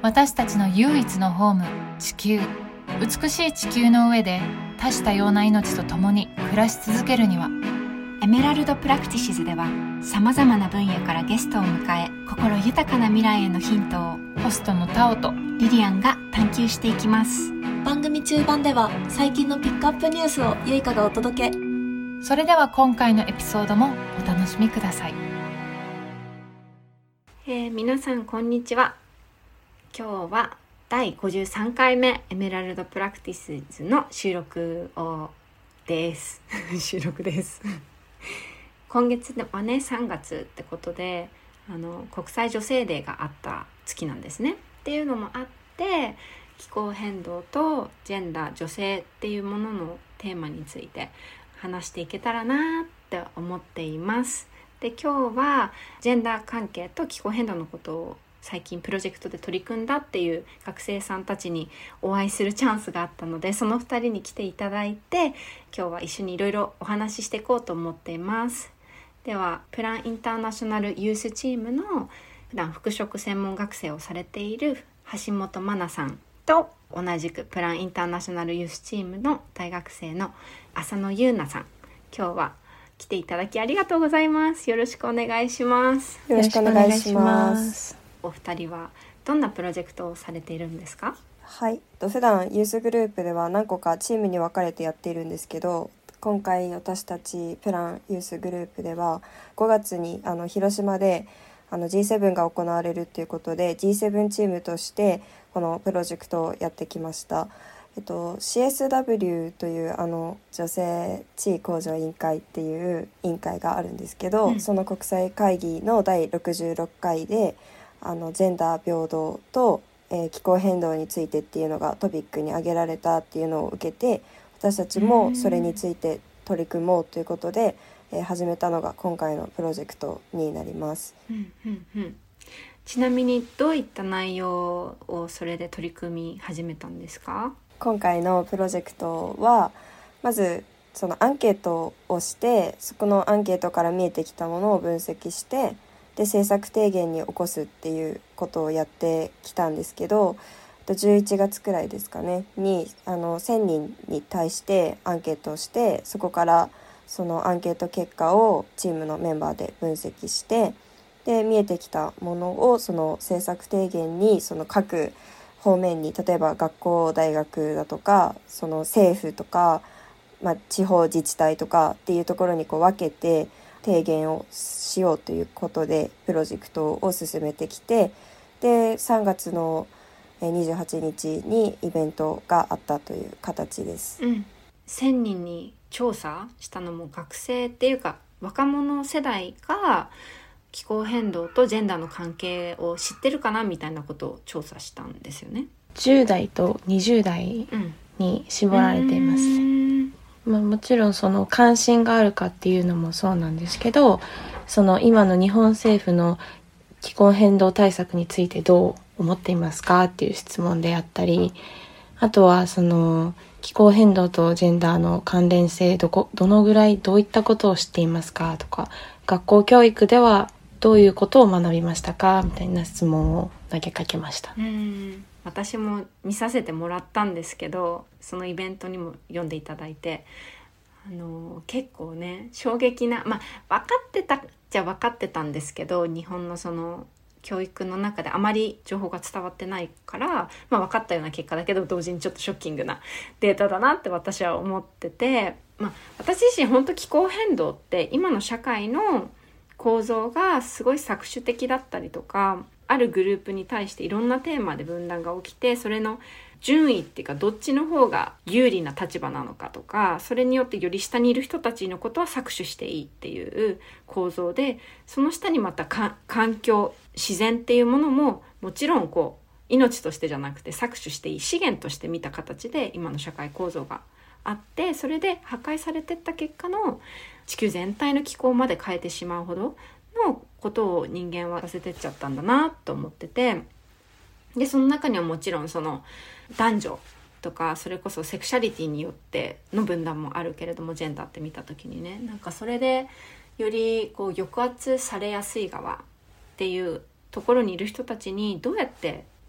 私たちの唯一のホーム、地球。美しい地球の上で多種多様な命と共に暮らし続けるには、 エメラルドプラクティシズではさまざまな分野からゲストを迎え、心豊かな未来へのヒントをホストのタオとリリアンが探求していきます。 番組中盤では最近のピックアップニュースをゆいかがお届け。 それでは今回のエピソードもお楽しみください。 皆さんこんにちは。今日は第53回目エメラルドプラクティスズの収録です収録です今月はね3月ってことで国際女性デーがあった月なんですね。っていうのもあって、気候変動とジェンダー、女性っていうもののテーマについて話していけたらなって思っています。で、今日はジェンダー関係と気候変動のことを最近プロジェクトで取り組んだっていう学生さんたちにお会いするチャンスがあったので、その2人に来ていただいて、今日は一緒にいろいろお話ししていこうと思っています。では、プランインターナショナルユースチームの普段服飾専門学生をされている橋本真奈さんと、同じくプランインターナショナルユースチームの大学生の浅野優奈さん、今日は来ていただきありがとうございます。よろしくお願いします。 よろしくお願いします。 お二人はどんなプロジェクトをされているんですか？ はい、普段ユースグループでは何個かチームに分かれてやっているんですけど、今回私たちプランユースグループでは5月に広島でG7 が行われるということで G7 チームとしてこのプロジェクトをやってきました。CSW という女性地位向上委員会っていう委員会があるんですけど、その国際会議の第66回でジェンダー平等と、気候変動についてっていうのがトピックに挙げられたっていうのを受けて、私たちもそれについて取り組もうということで、始めたのが今回のプロジェクトになります。 ちなみにどういった内容をそれで取り組み始めたんですか？ 今回のプロジェクトはまずそのアンケートをして、そこのアンケートから見えてきたものを分析して、で政策提言に起こすっていうことをやってきたんですけど、11月くらいですかねに1000人に対してアンケートをして、そこからそのアンケート結果をチームのメンバーで分析して、で見えてきたものをその政策提言にその各方面に、例えば学校大学だとかその政府とか、地方自治体とかっていうところに分けて提言をしようということでプロジェクトを進めてきて、で3月の28日にイベントがあったという形です。 1000人に調査したのも学生っていうか若者世代が気候変動とジェンダーの関係を知ってるかなみたいなことを調査したんですよね。 10代と20代に絞られていますね。もちろんその関心があるかっていうのもそうなんですけど、その今の日本政府の気候変動対策についてどう思っていますかっていう質問であったり、あとはその気候変動とジェンダーの関連性どのぐらいどういったことを知っていますかとか、学校教育ではどういうことを学びましたかみたいな質問を投げかけました。 私も見させてもらったんですけど、そのイベントにも読んでいただいて、結構ね衝撃な、分かってたじゃ分かってたんですけど、日本のその教育の中であまり情報が伝わってないから、分かったような結果だけど同時にちょっとショッキングなデータだなって私は思ってて、私自身本当気候変動って今の社会の構造がすごい搾取的だったりとか、あるグループに対していろんなテーマで分断が起きて、それの順位っていうかどっちの方が有利な立場なのかとか、それによってより下にいる人たちのことは搾取していいっていう構造で、その下にまた環境、自然っていうものももちろん命としてじゃなくて搾取していい資源として見た形で今の社会構造があって、それで破壊されていった結果の地球全体の気候まで変えてしまうほどのことを人間はさせてっちゃったんだなと思ってて、でその中にはもちろんその男女とか、それこそセクシャリティによっての分断もあるけれども、ジェンダーって見た時にね、それでより抑圧されやすい側っていうところにいる人たちにどうやって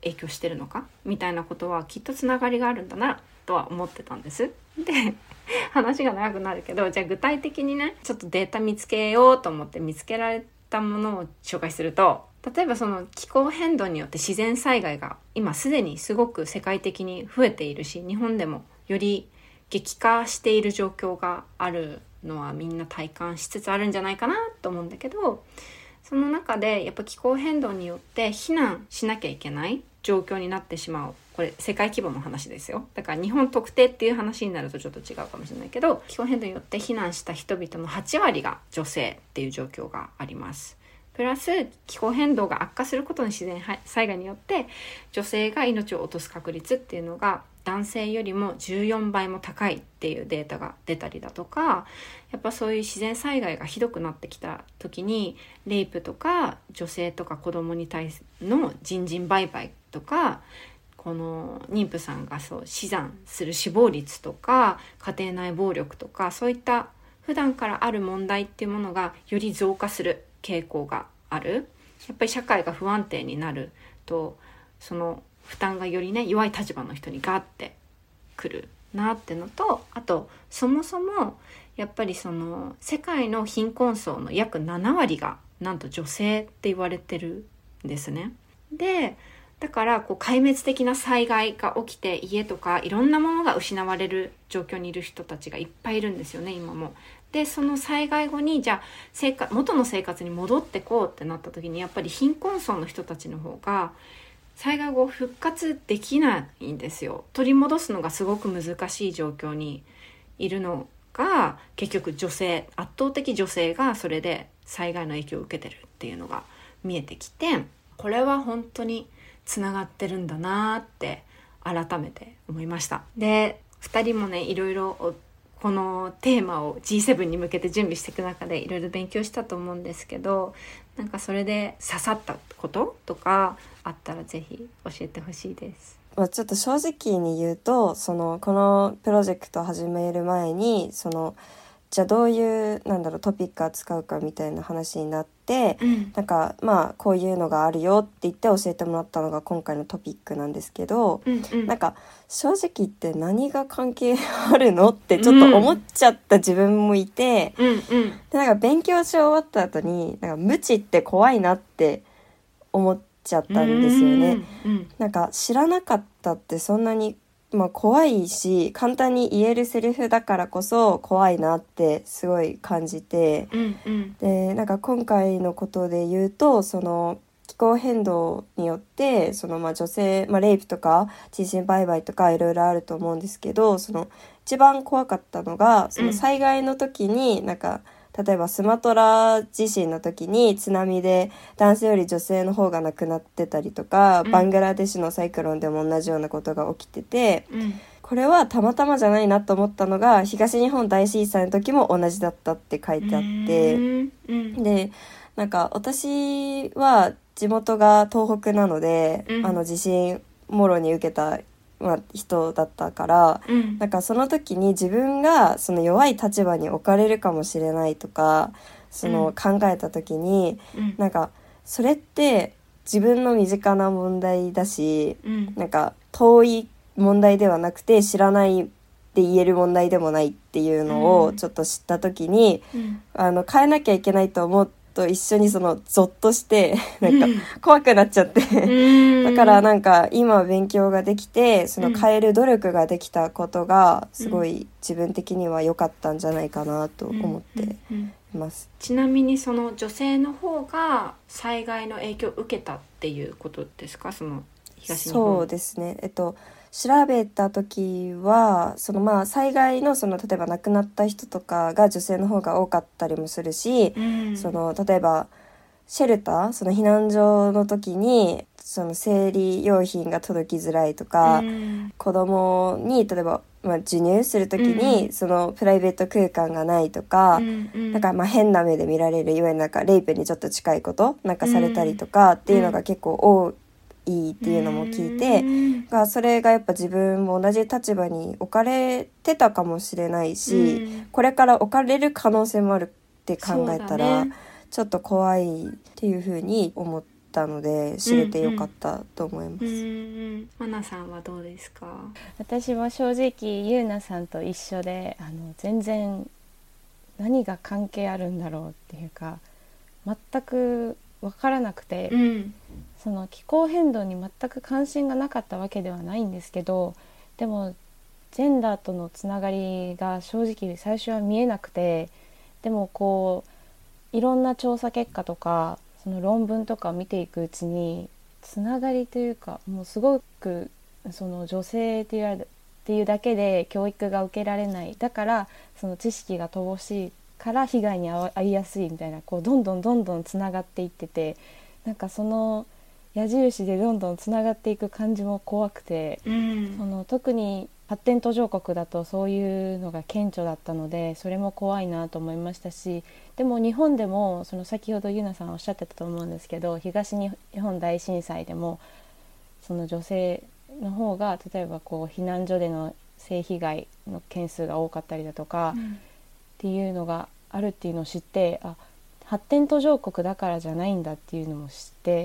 影響してるのかみたいなことはきっとつながりがあるんだなとは思ってたんです。で話が長くなるけど、じゃあ具体的にねちょっとデータ見つけようと思って見つけられたものを紹介すると、例えばその気候変動によって自然災害が今すでにすごく世界的に増えているし、日本でもより激化している状況があるのはみんな体感しつつあるんじゃないかなと思うんだけど、その中でやっぱ気候変動によって避難しなきゃいけない状況になってしまう。これ世界規模の話ですよ。だから日本特定っていう話になるとちょっと違うかもしれないけど、気候変動によって避難した人々の8割が女性っていう状況があります。プラス気候変動が悪化することの自然災害によって女性が命を落とす確率っていうのが男性よりも14倍も高いっていうデータが出たりだとか、やっぱそういう自然災害がひどくなってきた時にレイプとか女性とか子供に対するの人身売買とか、この妊婦さんが死産する死亡率とか家庭内暴力とか、そういった普段からある問題っていうものがより増加する傾向がある。やっぱり社会が不安定になるとその負担がよりね弱い立場の人にガーってくるなってのと、あとそもそもやっぱりその世界の貧困層の約7割がなんと女性って言われてるんですね。でだから壊滅的な災害が起きて家とかいろんなものが失われる状況にいる人たちがいっぱいいるんですよね今も。でその災害後にじゃあ元の生活に戻ってこうってなった時に、やっぱり貧困層の人たちの方が災害後復活できないんですよ。取り戻すのがすごく難しい状況にいるのが結局圧倒的女性がそれで災害の影響を受けてるっていうのが見えてきて、これは本当につながってるんだなって改めて思いました。で2人もねいろいろこのテーマを G7 に向けて準備していく中でいろいろ勉強したと思うんですけど、なんかそれで刺さったこととかあったらぜひ教えてほしいです。 ちょっと正直に言うとこのプロジェクトを始める前にじゃあどういうトピック扱うかみたいな話になって、なんかこういうのがあるよって言って教えてもらったのが今回のトピックなんですけど、なんか正直言って何が関係あるのってちょっと思っちゃった自分もいて、でなんか勉強し終わった後になんか無知って怖いなって思っちゃったんですよね。なんか知らなかったってそんなに怖いし簡単に言えるセリフだからこそ怖いなってすごい感じて、でなんか今回のことで言うと気候変動によって女性、レイプとか人身売買とかいろいろあると思うんですけど、一番怖かったのが災害の時になんか例えばスマトラ地震の時に津波で男性より女性の方が亡くなってたりとか、バングラデシュのサイクロンでも同じようなことが起きてて、これはたまたまじゃないなと思ったのが東日本大震災の時も同じだったって書いてあって、でなんか私は地元が東北なので、地震もろに受けた人だったから、なんかその時に自分が弱い立場に置かれるかもしれないとか考えた時に、なんかそれって自分の身近な問題だし、なんか遠い問題ではなくて知らないって言える問題でもないっていうのをちょっと知った時に、変えなきゃいけないと思うと一緒にゾッとしてなんか怖くなっちゃってだからなんか今勉強ができて変える努力ができたことがすごい自分的には良かったんじゃないかなと思っています。 ちなみに女性の方が災害の影響を受けたっていうことですか？東日本。 そうですね。調べた時は災害の例えば亡くなった人とかが女性の方が多かったりもするし、例えばシェルター避難所の時に生理用品が届きづらいとか、子供に例えば授乳する時にプライベート空間がないとか、なんか変な目で見られる、いわゆるなんかレイプにちょっと近いことなんかされたりとかっていうのが結構多いっていうのも聞いて、それがやっぱ自分も同じ立場に置かれてたかもしれないし、これから置かれる可能性もあるって考えたら、ちょっと怖いっていう風に思ってたので知れてよかったと思います。 マナさんはどうですか？ 私は正直ゆうなさんと一緒で全然何が関係あるんだろうっていうか全く分からなくて、その気候変動に全く関心がなかったわけではないんですけど、でもジェンダーとのつながりが正直最初は見えなくて、でもこういろんな調査結果とかその論文とかを見ていくうちにつながりというか、もうすごくその女性っていうだけで教育が受けられない、だからその知識が乏しいから被害に遭いやすいみたいな、こうどんどんつながっていってて、なんかその矢印でどんどんつながっていく感じも怖くて、その特に発展途上国だとそういうのが顕著だったので、それも怖いなと思いましたし、でも日本でもその先ほどゆなさんおっしゃってたと思うんですけど、東日本大震災でもその女性の方が例えばこう避難所での性被害の件数が多かったりだとか、っていうのがあるっていうのを知って、発展途上国だからじゃないんだっていうのも知って、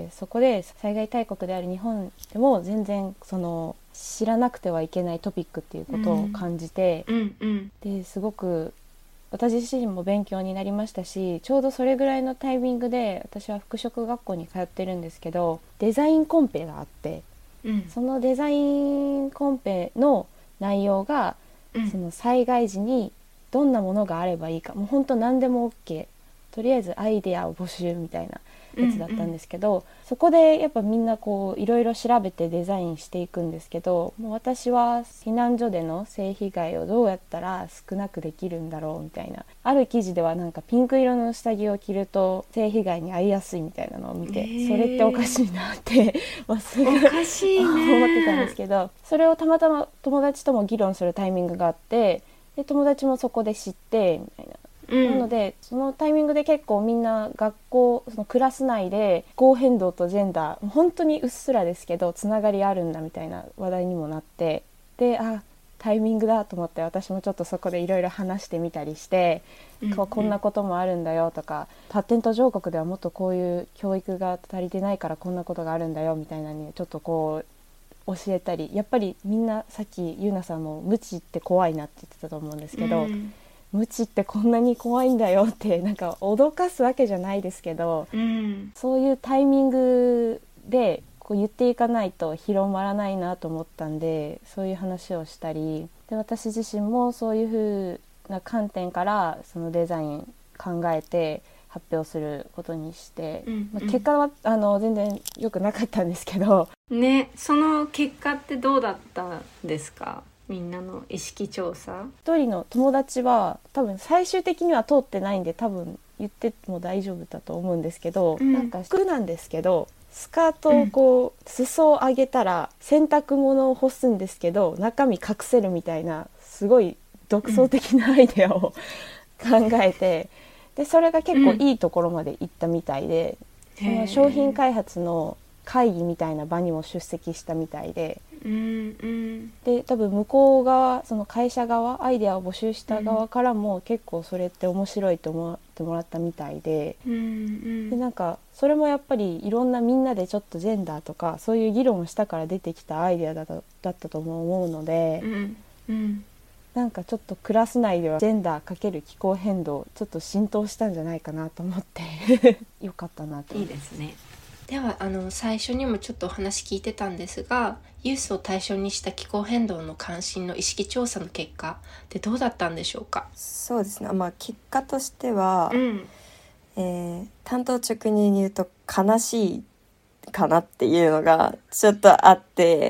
そこで災害大国である日本でも全然その知らなくてはいけないトピックっていうことを感じて、ですごく私自身も勉強になりましたし、ちょうどそれぐらいのタイミングで私は服飾学校に通ってるんですけど、デザインコンペがあって、そのデザインコンペの内容が、その災害時にどんなものがあればいいか、もう本当何でも OK、 とりあえずアイデアを募集みたいなやつだったんですけど、そこでやっぱみんなこういろいろ調べてデザインしていくんですけど、もう私は避難所での性被害をどうやったら少なくできるんだろうみたいな、ある記事ではなんかピンク色の下着を着ると性被害に遭いやすいみたいなのを見て、それっておかしいなってすぐおかしいね思ってたんですけど、それをたまたま友達とも議論するタイミングがあって、で友達もそこで知ってみたいな、なのでそのタイミングで結構みんな学校、そのクラス内で気候変動とジェンダー本当にうっすらですけどつながりあるんだみたいな話題にもなって、でタイミングだと思って、私もちょっとそこでいろいろ話してみたりして、こんなこともあるんだよとか、発展途上国ではもっとこういう教育が足りてないからこんなことがあるんだよみたいなにちょっとこう教えたり、やっぱりみんなさっきゆうなさんも無知って怖いなって言ってたと思うんですけど、無知ってこんなに怖いんだよってなんか脅かすわけじゃないですけど、そういうタイミングでこう言っていかないと広まらないなと思ったんで、そういう話をしたりで、私自身もそういう風な観点からそのデザイン考えて発表することにして、結果は全然良くなかったんですけどね。その結果ってどうだったんですか？みんなの意識調査。 一人の友達は多分最終的には通ってないんで多分言っても大丈夫だと思うんですけど、なんか服なんですけどスカートをこう、裾を上げたら洗濯物を干すんですけど中身隠せるみたいなすごい独創的なアイデアを考えて、でそれが結構いいところまで行ったみたいで、その商品開発の会議みたいな場にも出席したみたいで、で多分向こう側、その会社側、アイデアを募集した側からも結構それって面白いと思ってもらったみたいで、でなんかそれもやっぱりいろんなみんなでちょっとジェンダーとかそういう議論をしたから出てきたアイデアだったとも思うので、なんかちょっとクラス内ではジェンダー×気候変動ちょっと浸透したんじゃないかなと思ってよかったなと。 いいですね。 では最初にもちょっとお話聞いてたんですが、ユースを対象にした気候変動の関心の意識調査の結果ってどうだったんでしょうか？ そうですね、結果としては、単刀直入に言うと悲しいかなっていうのがちょっとあって、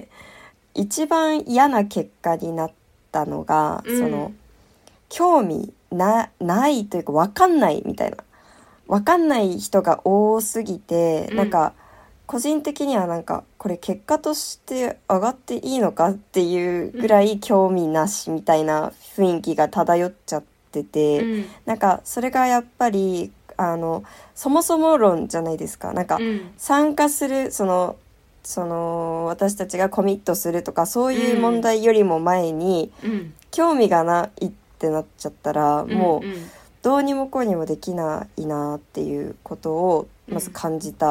一番嫌な結果になったのが、その興味ないというか分かんないみたいな、分かんない人が多すぎて、なんか個人的にはなんかこれ結果として上がっていいのかっていうぐらい興味なしみたいな雰囲気が漂っちゃってて、なんかそれがやっぱりそもそも論じゃないですか。なんか参加するその私たちがコミットするとかそういう問題よりも前に、興味がないってなっちゃったら、もうどうにもこうにもできないなっていうことをまず感じた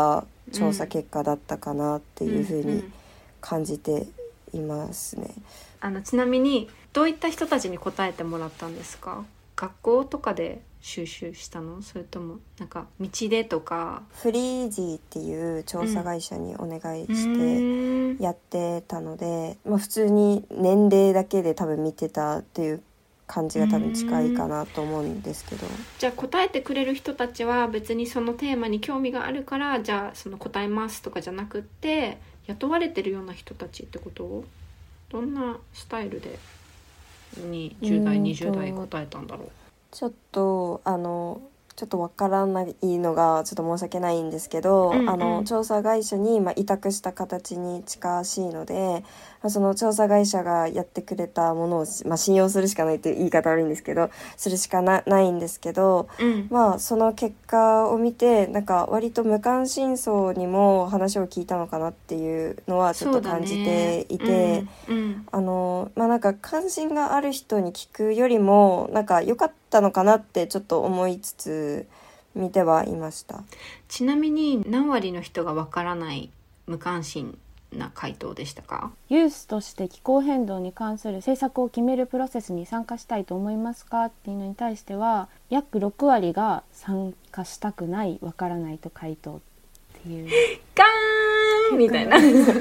調査結果だったかなっていうふうに感じていますね。 ちなみにどういった人たちに答えてもらったんですか？学校とかで収集したの？それともなんか道でとか？ フリージーっていう調査会社にお願いしてやってたので、普通に年齢だけで多分見てたっていう感じが多分近いかなと思うんですけど。 じゃあ答えてくれる人たちは別にそのテーマに興味があるからじゃあその答えますとかじゃなくって雇われてるような人たちってこと？どんなスタイルで10代20代答えたんだろう？ ちょっとわからないのがちょっと申し訳ないんですけど、調査会社に委託した形に近しいので、その調査会社がやってくれたものを、信用するしかないという言い方悪いんですけど、するしかないんですけど、その結果を見てなんか割と無関心層にも話を聞いたのかなっていうのはちょっと感じていて、なんか関心がある人に聞くよりもなんか良かったのかなってちょっと思いつつ見てはいました。 ちなみに何割の人がわからない無関心な回答でしたか？ ユースとして気候変動に関する政策を決めるプロセスに参加したいと思いますかっていうのに対しては約6割が参加したくない、わからないと回答っていうガーンみたいな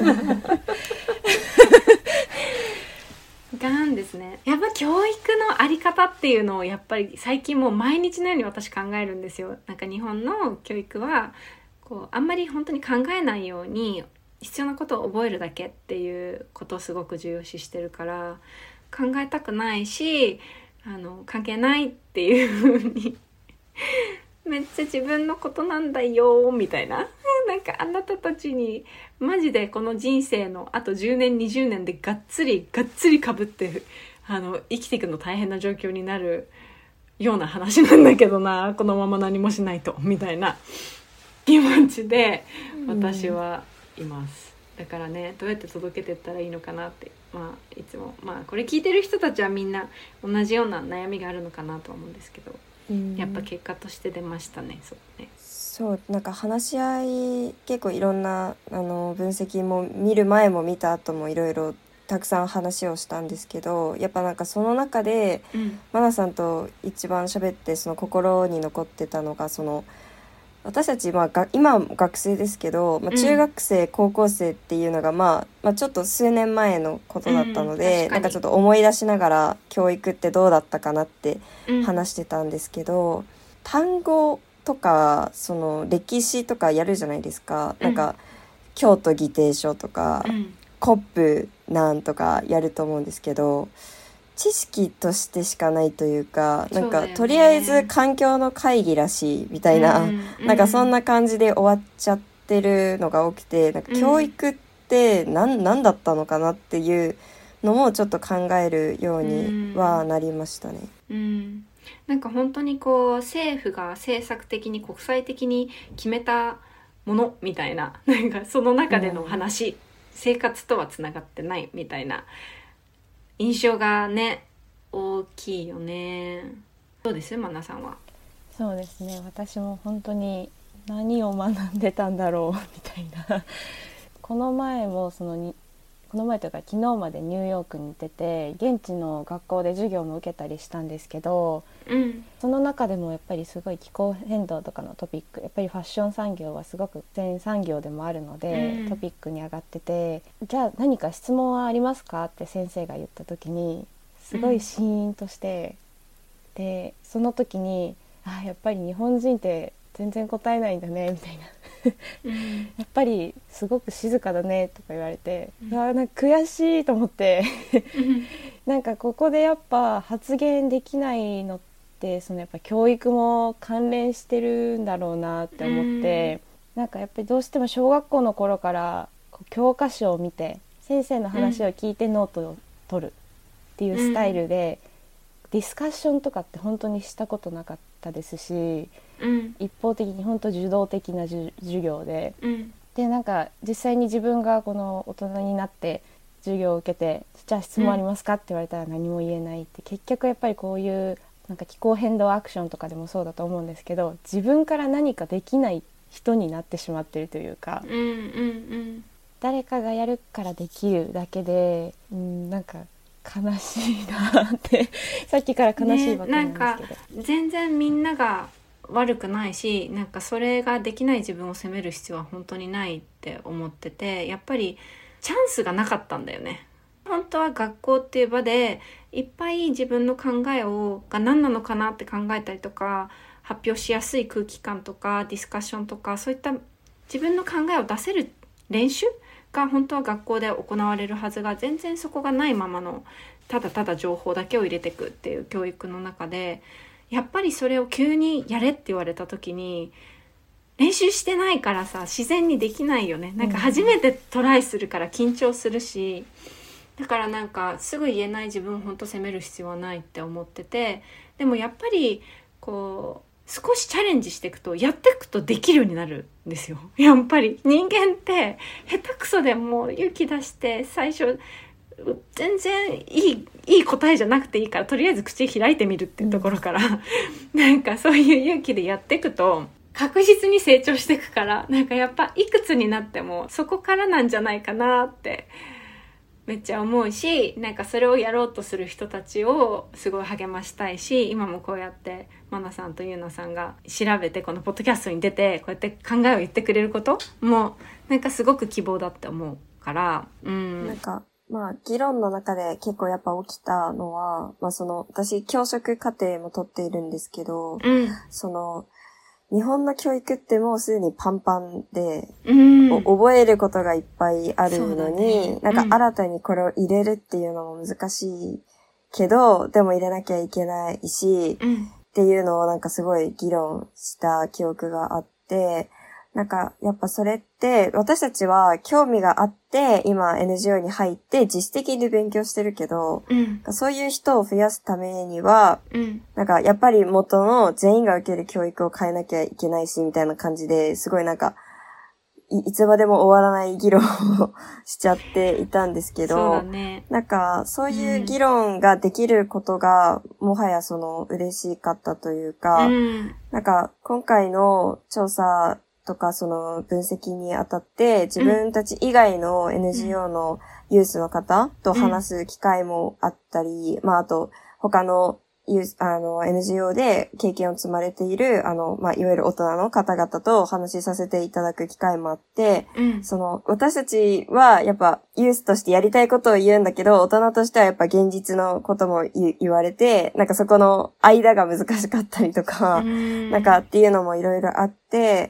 ガーンですね。やっぱ教育のあり方っていうのをやっぱり最近もう毎日のように私考えるんですよ。なんか日本の教育はこうあんまり本当に考えないように必要なことを覚えるだけっていうことをすごく重要視してるから考えたくないし関係ないっていう風にめっちゃ自分のことなんだよみたいななんかあなたたちにマジでこの人生のあと10年20年でがっつりかぶって生きていくの大変な状況になるような話なんだけどな、このまま何もしないとみたいな気持ちで私はいます。だからね、どうやって届けていったらいいのかなっていつもこれ聞いてる人たちはみんな同じような悩みがあるのかなと思うんですけど、やっぱ結果として出ましたね。 そうなんか話し合い結構いろんな分析も見る前も見た後もいろいろたくさん話をしたんですけど、やっぱなんかその中で、マナさんと一番喋ってその心に残ってたのが私たち今学生ですけど、中学生、高校生っていうのがちょっと数年前のことだったので、なんかちょっと思い出しながら教育ってどうだったかなって話してたんですけど、単語とかその歴史とかやるじゃないですか。なんか京都議定書とか、コップなんとかやると思うんですけど、知識としてしかないというか、なんかとりあえず環境の会議らしいみたいな、なんかそんな感じで終わっちゃってるのが起きて、なんか教育って何だったのかなっていうのもちょっと考えるようにはなりましたね。 なんか本当にこう政府が政策的に国際的に決めたものみたいな、なんかその中での話、生活とはつながってないみたいな印象がね大きいよね。どうですマナさんは？ そうですね、私も本当に何を学んでたんだろうみたいなこの前というか昨日までニューヨークに行ってて、現地の学校で授業も受けたりしたんですけど、その中でもやっぱりすごい気候変動とかのトピック、やっぱりファッション産業はすごく全産業でもあるので、トピックに上がってて、じゃあ何か質問はありますかって先生が言った時にすごいシーンとして、でその時にやっぱり日本人って全然答えないんだねみたいなやっぱりすごく静かだねとか言われて、なんか悔しいと思ってなんかここでやっぱ発言できないのってやっぱ教育も関連してるんだろうなって思って、なんかやっぱりどうしても小学校の頃から教科書を見て先生の話を聞いてノートを取るっていうスタイルで、ディスカッションとかって本当にしたことなかったですし、一方的に本当受動的な授業で、でなんか実際に自分がこの大人になって授業を受けて、じゃあ質問ありますかって言われたら何も言えないって、結局やっぱりこういうなんか気候変動アクションとかでもそうだと思うんですけど、自分から何かできないっ人になってしまってるというか、 うんうんうん、 誰かがやるからできるだけで、なんか悲しいなってさっきから悲しいばっかりなんですけど、 なんか全然みんなが悪くないし、なんかそれができない自分を責める必要は本当にないって思ってて、やっぱりチャンスがなかったんだよね。本当は学校っていう場でいっぱい自分の考えが何なのかなって考えたりとか、発表しやすい空気感とかディスカッションとか、そういった自分の考えを出せる練習が本当は学校で行われるはずが、全然そこがないままの、ただただ情報だけを入れていくっていう教育の中で、やっぱりそれを急にやれって言われた時に、練習してないからさ、自然にできないよね。なんか初めてトライするから緊張するし、だからなんかすぐ言えない自分を本当責める必要はないって思ってて、でもやっぱりこう少しチャレンジしていくと、やっていくとできるようになるんですよ。やっぱり人間って下手くそでも勇気出して最初全然いい答えじゃなくていいから、とりあえず口開いてみるっていうところから、なんかそういう勇気でやっていくと確実に成長していくから、なんかやっぱいくつになってもそこからなんじゃないかなってめっちゃ思うし、なんかそれをやろうとする人たちをすごい励ましたいし、今もこうやってマナさんとユーナさんが調べてこのポッドキャストに出てこうやって考えを言ってくれることもなんかすごく希望だって思うから、 なんかまあ議論の中で結構やっぱ起きたのは、まあ私教職課程も取っているんですけど、日本の教育ってもうすでにパンパンで、覚えることがいっぱいあるのに、なんか新たにこれを入れるっていうのも難しいけど、でも入れなきゃいけないし、っていうのをなんかすごい議論した記憶があって、なんかやっぱそれって私たちは興味があって今 NGO に入って自主的に勉強してるけど、そういう人を増やすためには、なんかやっぱり元の全員が受ける教育を変えなきゃいけないしみたいな感じで、すごいなんかいつまでも終わらない議論をしちゃっていたんですけど、 そうだね、 なんかそういう議論ができることがもはや嬉しかったというか、なんか今回の調査とか分析にあたって自分たち以外の NGO のユースの方と話す機会もあったり、まああと他のNGO で経験を積まれているまあいわゆる大人の方々とお話しさせていただく機会もあって、私たちはやっぱユースとしてやりたいことを言うんだけど、大人としてはやっぱ現実のことも言われて、なんかそこの間が難しかったりとか、なんかっていうのもいろいろあって、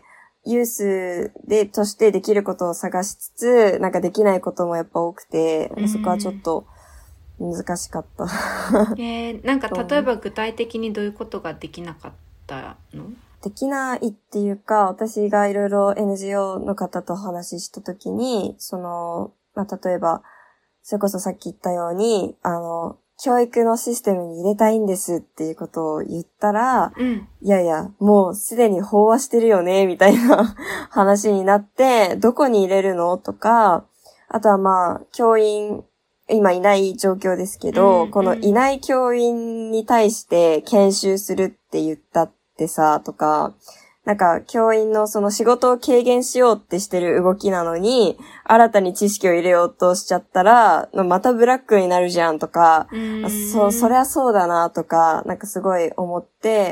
ユースとしてできることを探しつつ、なんかできないこともやっぱ多くて、そこはちょっと難しかった。 なんか例えば具体的にどういうことができなかったの？ できないっていうか、私がいろいろ NGO の方とお話ししたときに、まあ、例えば、それこそさっき言ったように、教育のシステムに入れたいんですっていうことを言ったら、いやいや、もうすでに飽和してるよね、みたいな話になって、どこに入れるのとか、あとはまあ、教員、今いない状況ですけど、このいない教員に対して研修するって言ったってさ、とか、なんか教員の仕事を軽減しようってしてる動きなのに、新たに知識を入れようとしちゃったら、またブラックになるじゃんとか、そりゃそうだなとか、なんかすごい思って、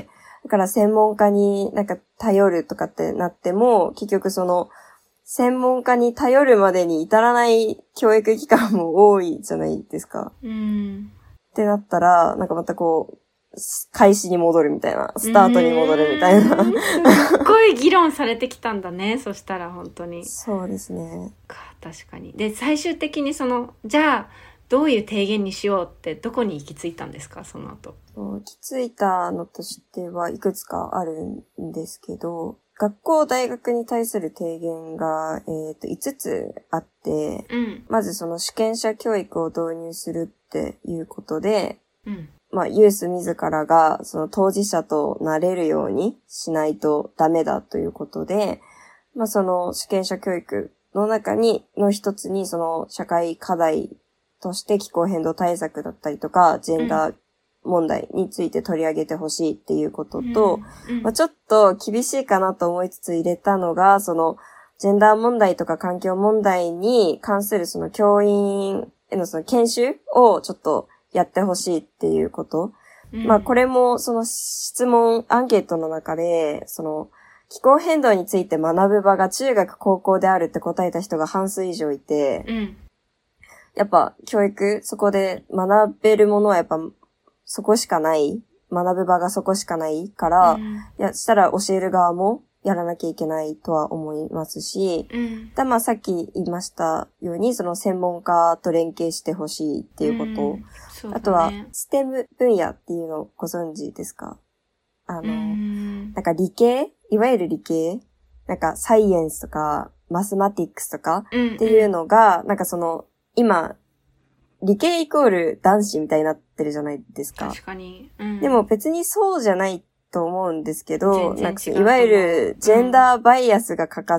だから専門家になんか頼るとかってなっても、結局専門家に頼るまでに至らない教育機関も多いじゃないですか。ってなったら、なんかまた開始に戻るみたいな、スタートに戻るみたいな。すっごい議論されてきたんだね、そしたら本当に。 そうですね。 確かに。で、最終的にじゃあ、どういう提言にしようってどこに行き着いたんですか、その後。 行き着いたのとしてはいくつかあるんですけど、学校、大学に対する提言が、5つあって、まず主権者教育を導入するっていうことで、まあ、ユース自らが当事者となれるようにしないとダメだということで、まあ、主権者教育の中の一つに社会課題として気候変動対策だったりとか、ジェンダー問題について取り上げてほしいっていうことと、ちょっと厳しいかなと思いつつ入れたのが、そのジェンダー問題とか環境問題に関するその教員へのその研修をちょっとやってほしいっていうこと。これもその質問、アンケートの中で、その気候変動について学ぶ場が中学高校であるって答えた人が半数以上いて、やっぱ教育、そこで学べるものはやっぱそこしかない、学ぶ場がそこしかないから、したら教える側もやらなきゃいけないとは思いますし、さっき言いましたように、その専門家と連携してほしいっていうこと、あとはSTEM 分野っていうのをご存知ですか？なんか理系、いわゆる理系、なんかサイエンスとかマスマティックスとかっていうのが、なんかその今理系イコール男子みたいになってるじゃないですか。 確かに。 でも別にそうじゃないと思うんですけど、なんかいわゆるジェンダーバイアスがかかって、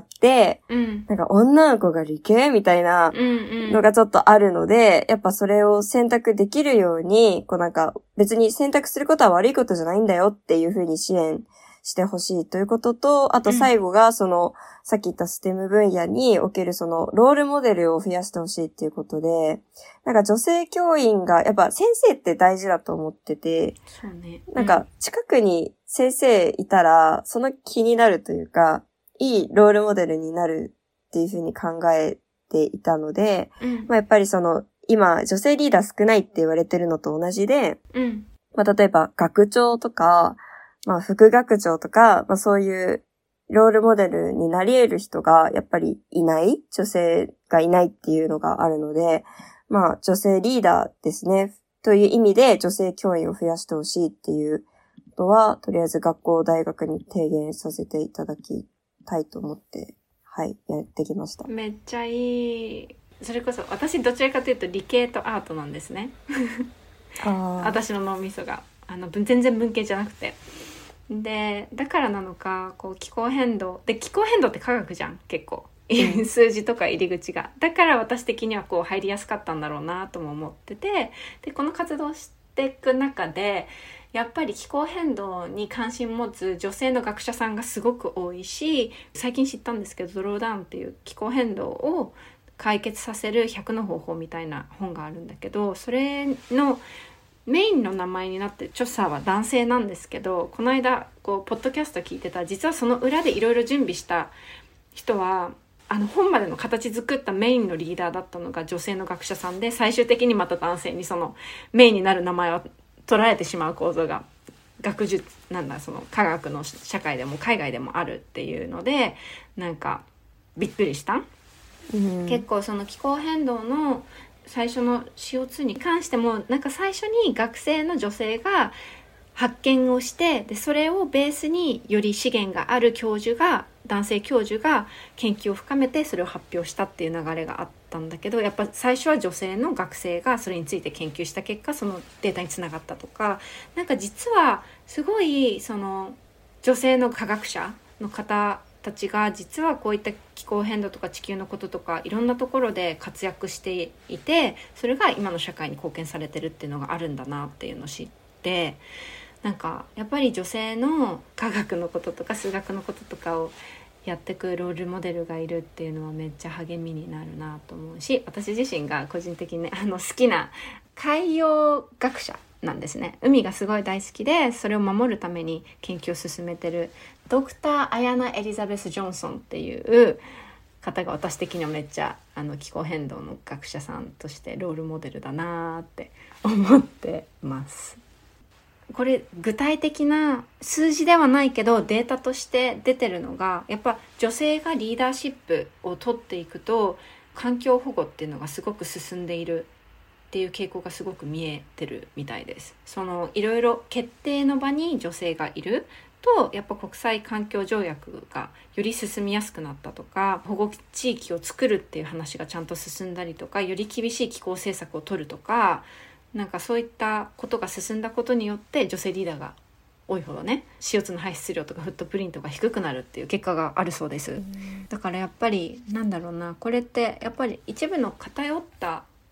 なんか女の子が理系みたいなのがちょっとあるので、やっぱそれを選択できるように、こうなんか別に選択することは悪いことじゃないんだよっていうふうに支援してほしいということと、あと最後がその、さっき言ったステム分野におけるそのロールモデルを増やしてほしいっていうことで、なんか女性教員がやっぱ先生って大事だと思ってて、 そうね。 なんか近くに先生いたらその気になるというか、いいロールモデルになるっていうふうに考えていたので、やっぱりその今女性リーダー少ないって言われてるのと同じで、例えば学長とか、副学長とか、そういうロールモデルになり得る人がやっぱりいない、女性がいないっていうのがあるので、女性リーダーですね。という意味で女性教員を増やしてほしいっていうことは、とりあえず学校、大学に提言させていただきたいと思って、やってきました。 めっちゃいい。それこそ、私どちらかというと理系とアートなんですね。私の脳みそが。全然文系じゃなくて。でだからなのかこう気候変動って科学じゃん結構数字とか入り口がだから私的にはこう入りやすかったんだろうなとも思っててでこの活動をしていく中でやっぱり気候変動に関心持つ女性の学者さんがすごく多いし最近知ったんですけどドローダウンっていう気候変動を解決させる100の方法みたいな本があるんだけどそれのメインの名前になって著者は男性なんですけどこの間こうポッドキャスト聞いてた実はその裏でいろいろ準備した人は本までの形作ったメインのリーダーだったのが女性の学者さんで最終的にまた男性にそのメインになる名前を取られてしまう構造がその科学の社会でも海外でもあるっていうのでなんかびっくりした、結構その気候変動の最初の CO2 に関してもなんか最初に学生の女性が発見をしてでそれをベースにより資源がある男性教授が研究を深めてそれを発表したっていう流れがあったんだけどやっぱ最初は女性の学生がそれについて研究した結果そのデータにつながったとかなんか実はすごいその女性の科学者の方たちが実はこういった気候変動とか地球のこととかいろんなところで活躍していてそれが今の社会に貢献されてるっていうのがあるんだなっていうのを知ってなんかやっぱり女性の科学のこととか数学のこととかをやってくロールモデルがいるっていうのはめっちゃ励みになるなと思うし私自身が個人的にね好きな海洋学者なんですね。海がすごい大好きでそれを守るために研究を進めてるドクターアヤナ・エリザベス・ジョンソンっていう方が私的にはめっちゃ気候変動の学者さんとしてロールモデルだなって思ってます。これ具体的な数字ではないけどデータとして出てるのがやっぱ女性がリーダーシップを取っていくと環境保護っていうのがすごく進んでいるっていう傾向がすごく見えてるみたいです。そのいろいろ決定の場に女性がいるとやっぱ国際環境条約がより進みやすくなったとか保護地域を作るっていう話がちゃんと進んだりとかより厳しい気候政策を取るとかなんかそういったことが進んだことによって女性リーダーが多いほどね CO2 の排出量とかフットプリントが低くなるっていう結果があるそうです。だからやっぱりこれってやっぱり一部の偏った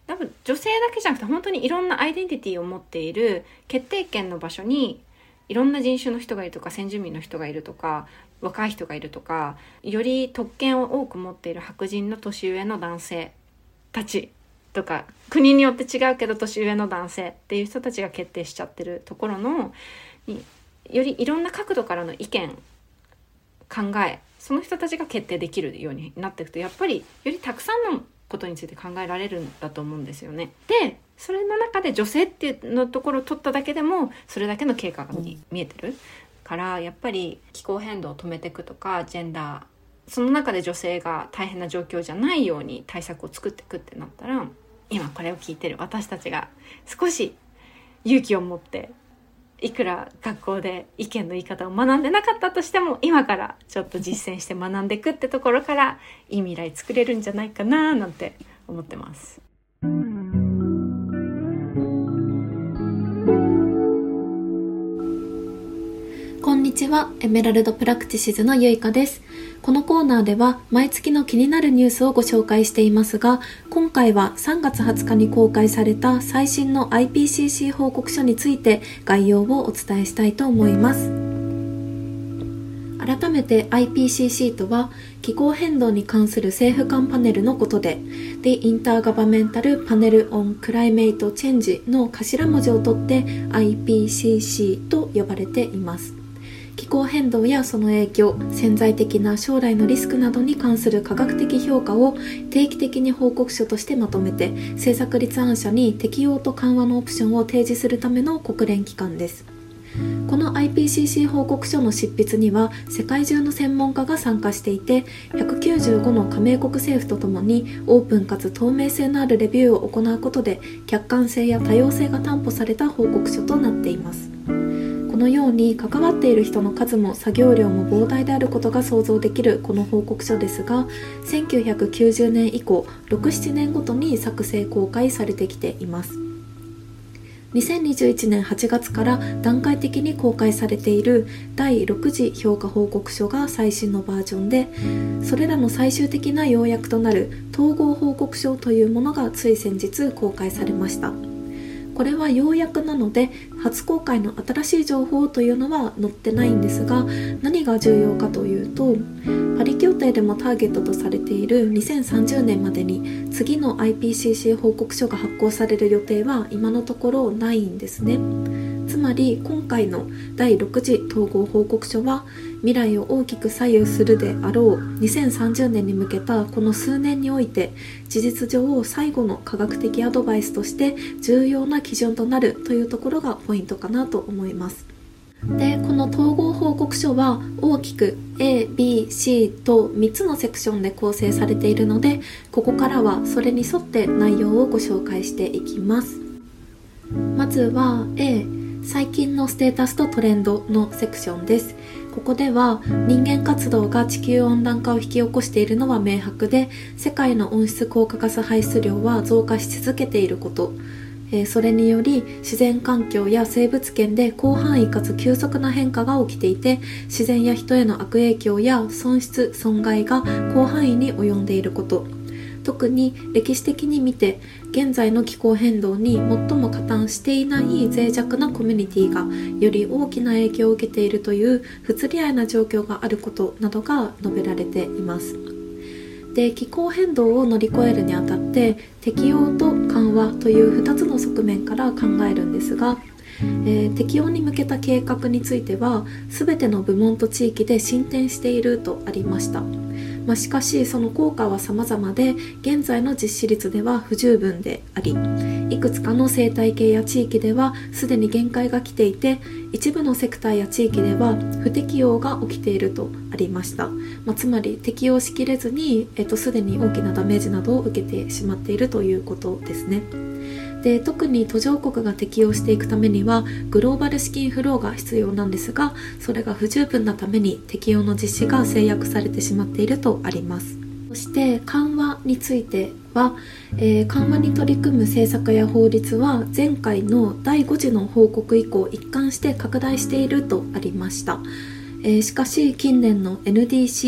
多分女性だけじゃなくて本当にいろんなアイデンティティを持っている決定権の場所にいろんな人種の人がいるとか、先住民の人がいるとか、若い人がいるとか、より特権を多く持っている白人の年上の男性たちとか、国によって違うけど年上の男性っていう人たちが決定しちゃってるところのに、よりいろんな角度からの意見、考え、その人たちが決定できるようになっていくと、やっぱりよりたくさんのことについて考えられるんだと思うんですよね。でそれの中で女性っていうのところを取っただけでもそれだけの経過が見えてるから、やっぱり気候変動を止めていくとか、ジェンダー、その中で女性が大変な状況じゃないように対策を作っていくってなったら、今これを聞いてる私たちが少し勇気を持って、いくら学校で意見の言い方を学んでなかったとしても、今からちょっと実践して学んでいくってところからいい未来作れるんじゃないかななんて思ってます。 こんにちは、エメラルドプラクティシズのゆいかです。このコーナーでは毎月の気になるニュースをご紹介していますが、今回は3月20日に公開された最新の IPCC 報告書について概要をお伝えしたいと思います。改めて IPCC とは気候変動に関する政府間パネルのことで、The Intergovernmental Panel on Climate Change の頭文字を取って IPCC と呼ばれています。気候変動やその影響、潜在的な将来のリスクなどに関する科学的評価を定期的に報告書としてまとめて、政策立案者に適用と緩和のオプションを提示するための国連機関です。この IPCC 報告書の執筆には世界中の専門家が参加していて、195の加盟国政府とともにオープンかつ透明性のあるレビューを行うことで、客観性や多様性が担保された報告書となっています。このように関わっている人の数も作業量も膨大であることが想像できるこの報告書ですが、1990年以降 6,7 年ごとに作成公開されてきています。2021年8月から段階的に公開されている第6次評価報告書が最新のバージョンで、それらの最終的な要約となる統合報告書というものがつい先日公開されました。これは要約なので初公開の新しい情報というのは載ってないんですが、何が重要かというと、パリ協定でもターゲットとされている2030年までに次の IPCC 報告書が発行される予定は今のところないんですね。つまり今回の第6次統合報告書は未来を大きく左右するであろう2030年に向けたこの数年において、事実上最後の科学的アドバイスとして重要な基準となるというところがポイントかなと思います。で、この統合報告書は大きく A、B、C と3つのセクションで構成されているので、ここからはそれに沿って内容をご紹介していきます。まずは A、最近のステータスとトレンドのセクションです。ここでは人間活動が地球温暖化を引き起こしているのは明白で、世界の温室効果ガス排出量は増加し続けていること、それにより自然環境や生物圏で広範囲かつ急速な変化が起きていて、自然や人への悪影響や損失損害が広範囲に及んでいること、特に歴史的に見て現在の気候変動に最も加担していない脆弱なコミュニティがより大きな影響を受けているという不釣り合いな状況があることなどが述べられています。で、気候変動を乗り越えるにあたって適応と緩和という2つの側面から考えるんですが、適応に向けた計画については全ての部門と地域で進展しているとありました。しかしその効果は様々で、現在の実施率では不十分であり、いくつかの生態系や地域ではすでに限界が来ていて、一部のセクターや地域では不適応が起きているとありました。つまり適応しきれずに、すでに大きなダメージなどを受けてしまっているということですね。で、特に途上国が適応していくためにはグローバル資金フローが必要なんですが、それが不十分なために適応の実施が制約されてしまっているとあります。そして緩和については、緩和に取り組む政策や法律は前回の第5次の報告以降一貫して拡大しているとありました。しかし近年の NDC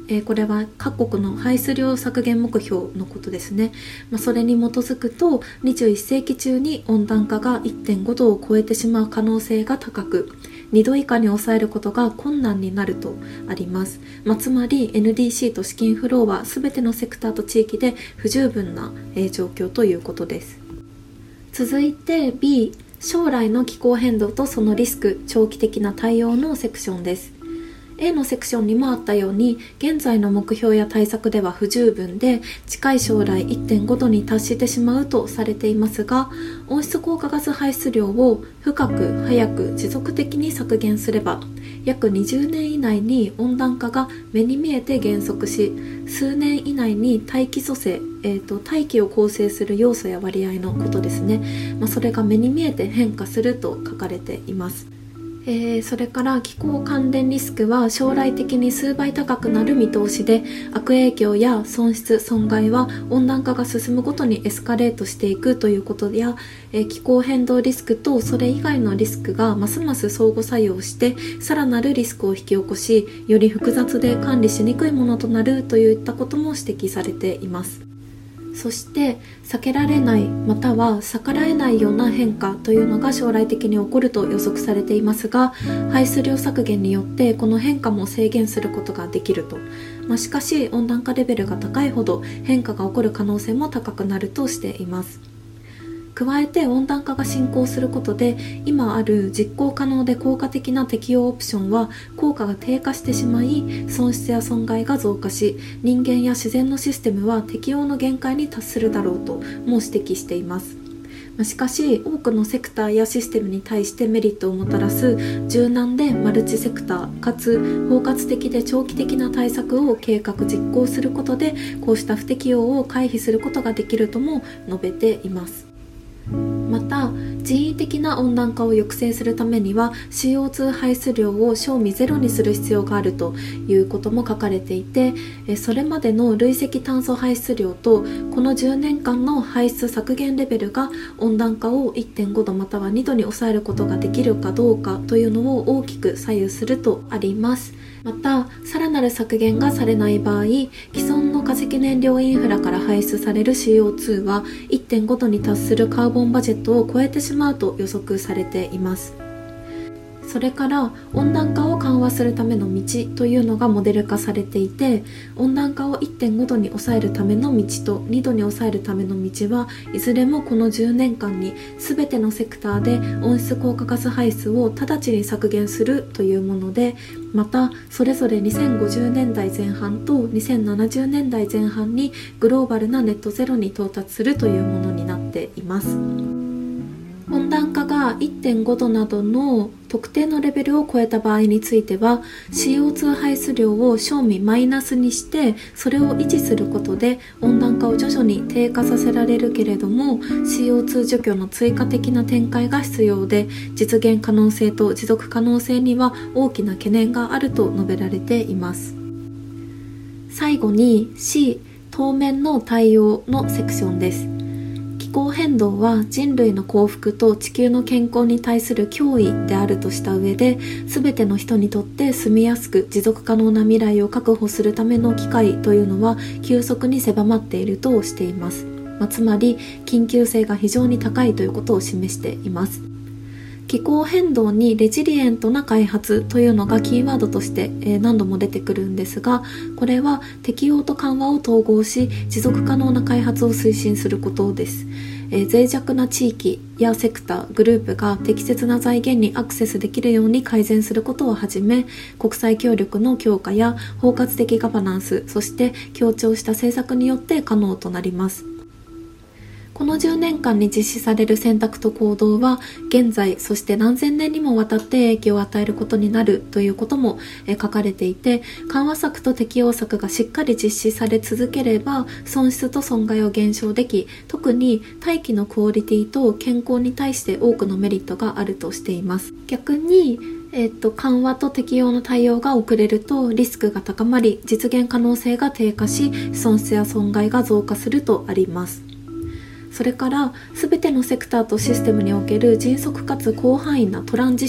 これは各国の排出量削減目標のことですね。それに基づくと21世紀中に温暖化が 1.5 度を超えてしまう可能性が高く、2度以下に抑えることが困難になるとあります。つまり NDC と資金フローは全てのセクターと地域で不十分な状況ということです。続いて B、 将来の気候変動とそのリスク、長期的な対応のセクションです。A のセクションにもあったように、現在の目標や対策では不十分で、近い将来 1.5 度に達してしまうとされていますが、温室効果ガス排出量を深く早く持続的に削減すれば、約20年以内に温暖化が目に見えて減速し、数年以内に大気組成、大気を構成する要素や割合のことですね、それが目に見えて変化すると書かれています。それから気候関連リスクは将来的に数倍高くなる見通しで、悪影響や損失損害は温暖化が進むごとにエスカレートしていくということや、気候変動リスクとそれ以外のリスクがますます相互作用してさらなるリスクを引き起こし、より複雑で管理しにくいものとなるといったことも指摘されています。そして避けられないまたは逆らえないような変化というのが将来的に起こると予測されていますが、排出量削減によってこの変化も制限することができると、しかし温暖化レベルが高いほど変化が起こる可能性も高くなるとしています。加えて温暖化が進行することで、今ある実行可能で効果的な適用オプションは効果が低下してしまい、損失や損害が増加し、人間や自然のシステムは適用の限界に達するだろうとも指摘しています。しかし多くのセクターやシステムに対してメリットをもたらす柔軟でマルチセクターかつ包括的で長期的な対策を計画実行することで、こうした不適用を回避することができるとも述べています。また人為的な温暖化を抑制するためには CO2 排出量を正味ゼロにする必要があるということも書かれていて、それまでの累積炭素排出量とこの10年間の排出削減レベルが温暖化を 1.5 度または2度に抑えることができるかどうかというのを大きく左右するとあります。またさらなる削減がされない場合、既存の化石燃料インフラから排出される CO2 は 1.5 度に達するカーボンバジェットを超えてしまうと予測されています。それから温暖化を緩和するための道というのがモデル化されていて、温暖化を 1.5 度に抑えるための道と2度に抑えるための道はいずれもこの10年間に全てのセクターで温室効果ガス排出を直ちに削減するというもので、またそれぞれ2050年代前半と2070年代前半にグローバルなネットゼロに到達するというものになっています。温暖化が 1.5 度などの特定のレベルを超えた場合については CO2 排出量を正味マイナスにしてそれを維持することで温暖化を徐々に低下させられるけれども、 CO2 除去の追加的な展開が必要で、実現可能性と持続可能性には大きな懸念があると述べられています。最後に C、 当面の対応のセクションです。気候変動は人類の幸福と地球の健康に対する脅威であるとした上で、全ての人にとって住みやすく持続可能な未来を確保するための機会というのは急速に狭まっているとしています。つまり緊急性が非常に高いということを示しています。気候変動にレジリエントな開発というのがキーワードとして何度も出てくるんですが、これは適応と緩和を統合し持続可能な開発を推進することです。脆弱な地域やセクター、グループが適切な財源にアクセスできるように改善することをはじめ、国際協力の強化や包括的ガバナンス、そして強調した政策によって可能となります。この10年間に実施される選択と行動は現在そして何千年にもわたって影響を与えることになるということも書かれていて、緩和策と適応策がしっかり実施され続ければ損失と損害を減少でき、特に大気のクオリティと健康に対して多くのメリットがあるとしています。逆に緩和と適用の対応が遅れるとリスクが高まり実現可能性が低下し損失や損害が増加するとあります。それから全てのセクターとシステムにおける迅速かつ広範囲なトランジション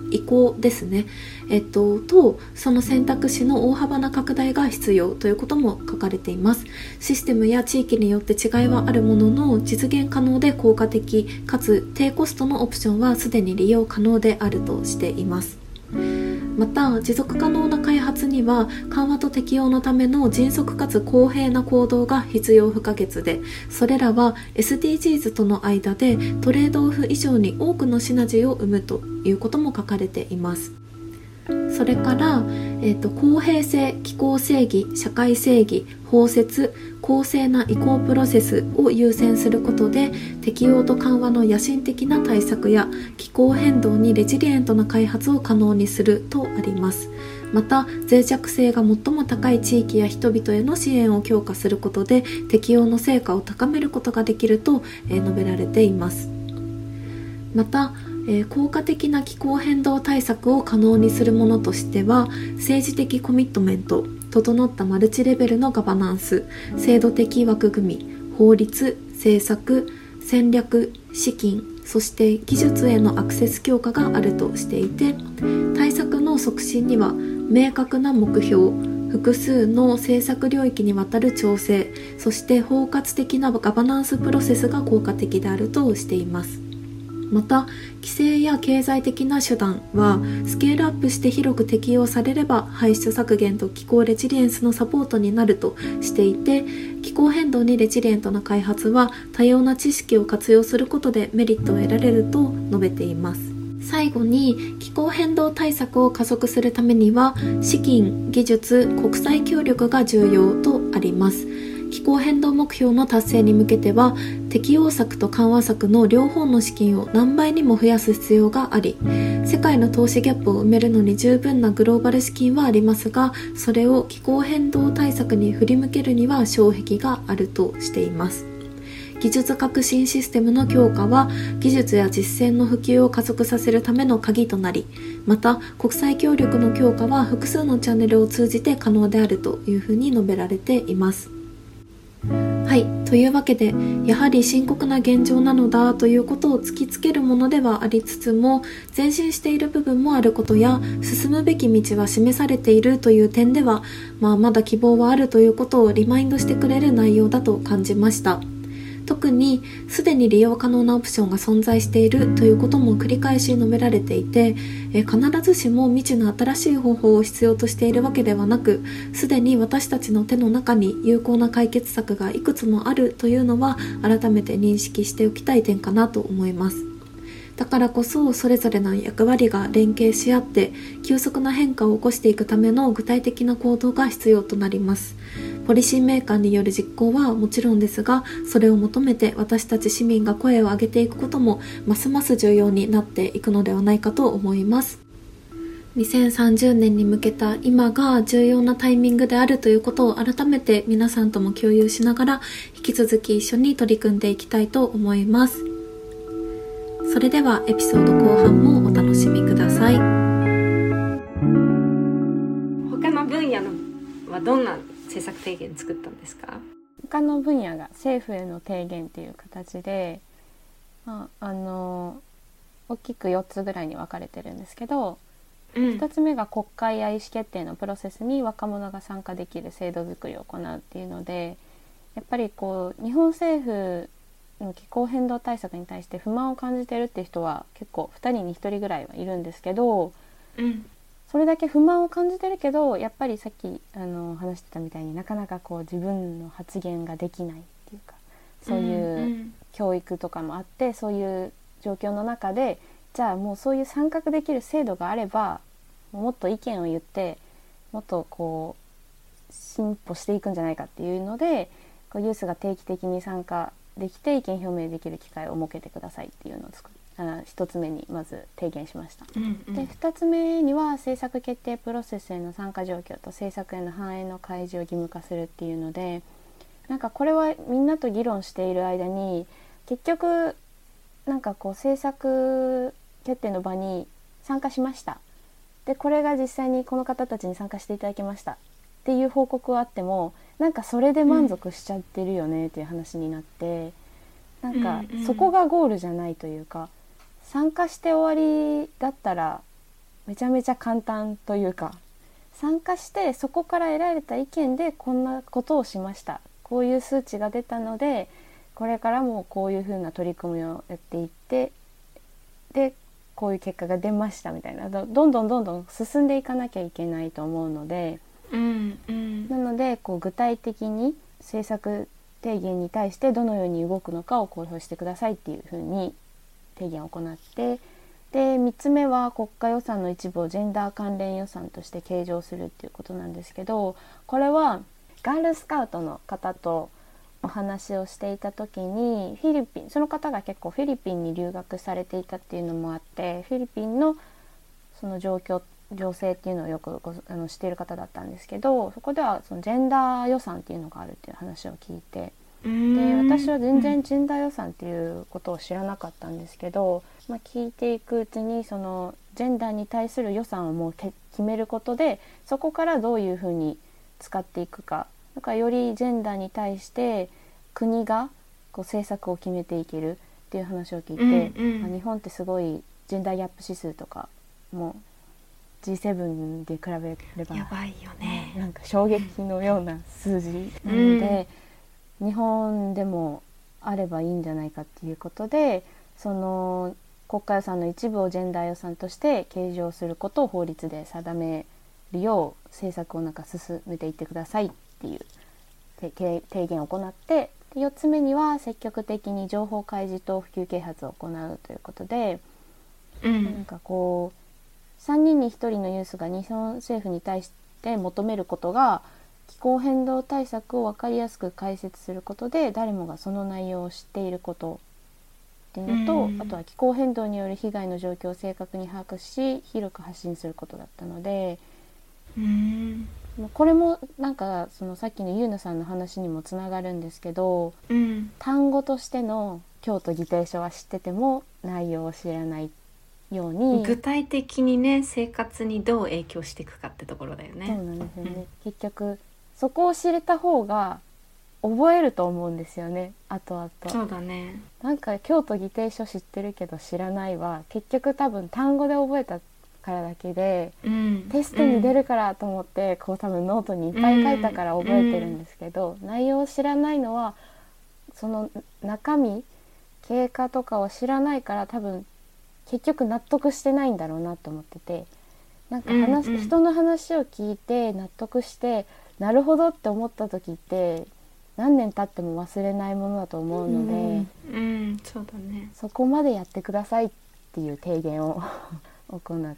移行ですね、とその選択肢の大幅な拡大が必要ということも書かれています。システムや地域によって違いはあるものの、実現可能で効果的かつ低コストのオプションはすでに利用可能であるとしています。また持続可能な開発には緩和と適用のための迅速かつ公平な行動が必要不可欠で、それらは SDGs との間でトレードオフ以上に多くのシナジーを生むということも書かれています。それから、公平性、気候正義、社会正義、包摂、公正な移行プロセスを優先することで適用と緩和の野心的な対策や気候変動にレジリエントな開発を可能にするとあります。また脆弱性が最も高い地域や人々への支援を強化することで適用の成果を高めることができると述べられています。また効果的な気候変動対策を可能にするものとしては、政治的コミットメント、整ったマルチレベルのガバナンス、制度的枠組み、法律、政策、戦略、資金、そして技術へのアクセス強化があるとしていて、対策の促進には明確な目標、複数の政策領域にわたる調整、そして包括的なガバナンスプロセスが効果的であるとしています。また規制や経済的な手段はスケールアップして広く適用されれば排出削減と気候レジリエンスのサポートになるとしていて、気候変動にレジリエントな開発は多様な知識を活用することでメリットを得られると述べています。最後に気候変動対策を加速するためには資金、技術、国際協力が重要とあります。気候変動目標の達成に向けては適用策と緩和策の両方の資金を何倍にも増やす必要があり、世界の投資ギャップを埋めるのに十分なグローバル資金はありますが、それを気候変動対策に振り向けるには障壁があるとしています。技術革新システムの強化は技術や実践の普及を加速させるための鍵となり、また国際協力の強化は複数のチャンネルを通じて可能であるというふうに述べられています。はい、というわけでやはり深刻な現状なのだということを突きつけるものではありつつも、前進している部分もあることや進むべき道は示されているという点では、まだ希望はあるということをリマインドしてくれる内容だと感じました。特にすでに利用可能なオプションが存在しているということも繰り返し述べられていて、必ずしも未知の新しい方法を必要としているわけではなく、すでに私たちの手の中に有効な解決策がいくつもあるというのは改めて認識しておきたい点かなと思います。だからこそそれぞれの役割が連携し合って急速な変化を起こしていくための具体的な行動が必要となります。ポリシーメーカーによる実行はもちろんですが、それを求めて私たち市民が声を上げていくこともますます重要になっていくのではないかと思います。2030年に向けた今が重要なタイミングであるということを改めて皆さんとも共有しながら引き続き一緒に取り組んでいきたいと思います。それではエピソード後半もお楽しみください。 他の分野のはどんな政策提言作ったんですか？ 他の分野が政府への提言っていう形で、大きく4つぐらいに分かれてるんですけど、1つ目が国会や意思決定のプロセスに若者が参加できる制度づくりを行うっていうので、やっぱりこう日本政府の気候変動対策に対して不満を感じてるっていう人は結構2人に1人ぐらいはいるんですけど、それだけ不満を感じてるけど、やっぱりさっき話してたみたいになかなかこう自分の発言ができないっていうか、そういう教育とかもあって、そういう状況の中でじゃあもうそういう参画できる制度があればもっと意見を言ってもっとこう進歩していくんじゃないかっていうので、こうユースが定期的に参加できて意見表明できる機会を設けてくださいっていうのを1つ目にまず提言しました。で2つ目には政策決定プロセスへの参加状況と政策への反映の開示を義務化するっていうので、なんかこれはみんなと議論している間に結局なんかこう政策決定の場に参加しました、でこれが実際にこの方たちに参加していただきましたっていう報告はあっても、なんかそれで満足しちゃってるよねっていう話になって、なんかそこがゴールじゃないというか、参加して終わりだったらめちゃめちゃ簡単というか、参加してそこから得られた意見でこんなことをしました、こういう数値が出たのでこれからもこういうふうな取り組みをやっていって、でこういう結果が出ましたみたいな、どんどん進んでいかなきゃいけないと思うので、なのでこう具体的に政策提言に対してどのように動くのかを公表してくださいっていうふうに提言を行って、で3つ目は国家予算の一部をジェンダー関連予算として計上するっていうことなんですけど、これはガールスカウトの方とお話をしていた時に、その方が結構フィリピンに留学されていたっていうのもあって、フィリピンのその情勢っていうのをよく知っている方だったんですけど、そこではそのジェンダー予算っていうのがあるっていう話を聞いて、で私は全然ジェンダー予算っていうことを知らなかったんですけど、聞いていくうちにそのジェンダーに対する予算をもう決めることで、そこからどういうふうに使っていくか、だからよりジェンダーに対して国がこう政策を決めていけるっていう話を聞いて、日本ってすごいジェンダーギャップ指数とかも G7 で比べればやばいよね、 なんか衝撃のような数字なので、日本でもあればいいんじゃないかっていうことで、その国家予算の一部をジェンダー予算として計上することを法律で定めるよう政策を進めていってくださいっていう提言を行って、で4つ目には積極的に情報開示と普及啓発を行うということで、なんかこう3人に1人のユースが日本政府に対して求めることが、気候変動対策を分かりやすく解説することで誰もがその内容を知っていることっていうのと、あとは気候変動による被害の状況を正確に把握し広く発信することだったので、これもなんかそのさっきのゆうなさんの話にもつながるんですけど、単語としての京都議定書は知ってても内容を知らないように、 具体的にね生活にどう影響していくかってところだよね。 そうなんですよね、結局そこを知れた方が覚えると思うんですよね、後々。 そうだね。 なんか京都議定書知ってるけど知らないは結局多分単語で覚えたからだけで、テストに出るからと思ってこう多分ノートにいっぱい書いたから覚えてるんですけど、内容を知らないのはその中身経過とかを知らないから、多分結局納得してないんだろうなと思ってて、なんか人の話を聞いて納得してなるほどって思った時って何年経っても忘れないものだと思うので、 そうだね。 そこまでやってくださいっていう提言を行って、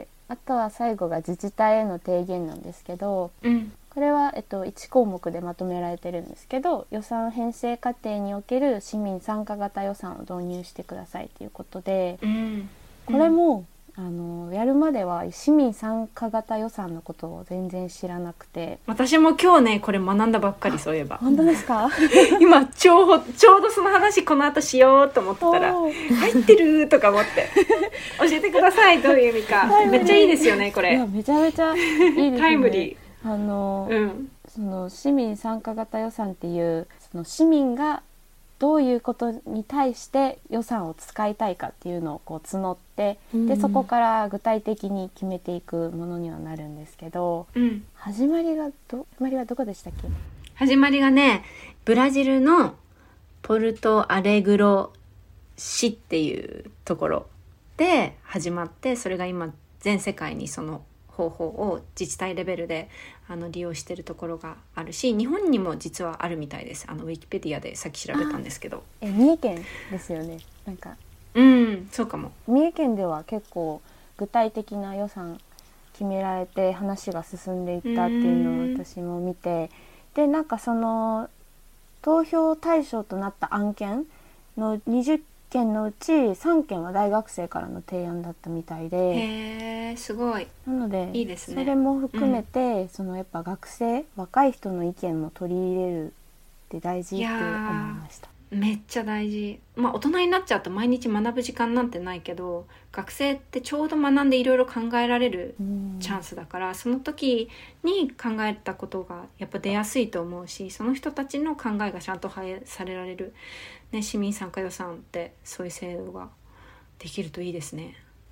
あとは最後が自治体への提言なんですけど、これは、1項目でまとめられてるんですけど、予算編成過程における市民参加型予算を導入してくださいということで、これもやるまでは市民参加型予算のことを全然知らなくて、 私も今日ねこれ学んだばっかり。そういえば本当ですか？ 今ちょうどその話この後しようと思ってたら入ってるとか思って教えてください、どういう意味か。めっちゃいいですよねこれ。 いやめちゃめちゃいいですね。 タイムリー。 その市民参加型予算っていうその市民がどういうことに対して予算を使いたいかっていうのをこう募って、でそこから具体的に決めていくものにはなるんですけど、始まりはどこでしたっけ？ 始まりがねブラジルのポルトアレグロ市っていうところで始まって、それが今全世界にその方法を自治体レベルで利用しているところがあるし、日本にも実はあるみたいです。ウィキペディアでさっき調べたんですけど。 三重県ですよね。なんかそうかも。 三重県では結構具体的な予算決められて話が進んでいったっていうのを私も見て、でなんかその投票対象となった案件の20件のうち3件は大学生からの提案だったみたいで、 へーすごい。 なのでいいですね。 それも含めて、そのやっぱ学生若い人の意見も取り入れるって大事って思いました。 めっちゃ大事。大人になっちゃうと毎日学ぶ時間なんてないけど、学生ってちょうど学んでいろいろ考えられるチャンスだから、その時に考えたことがやっぱ出やすいと思うし、その人たちの考えがちゃんと反映されられる、市民参加予算ってそういう制度ができるといいですね。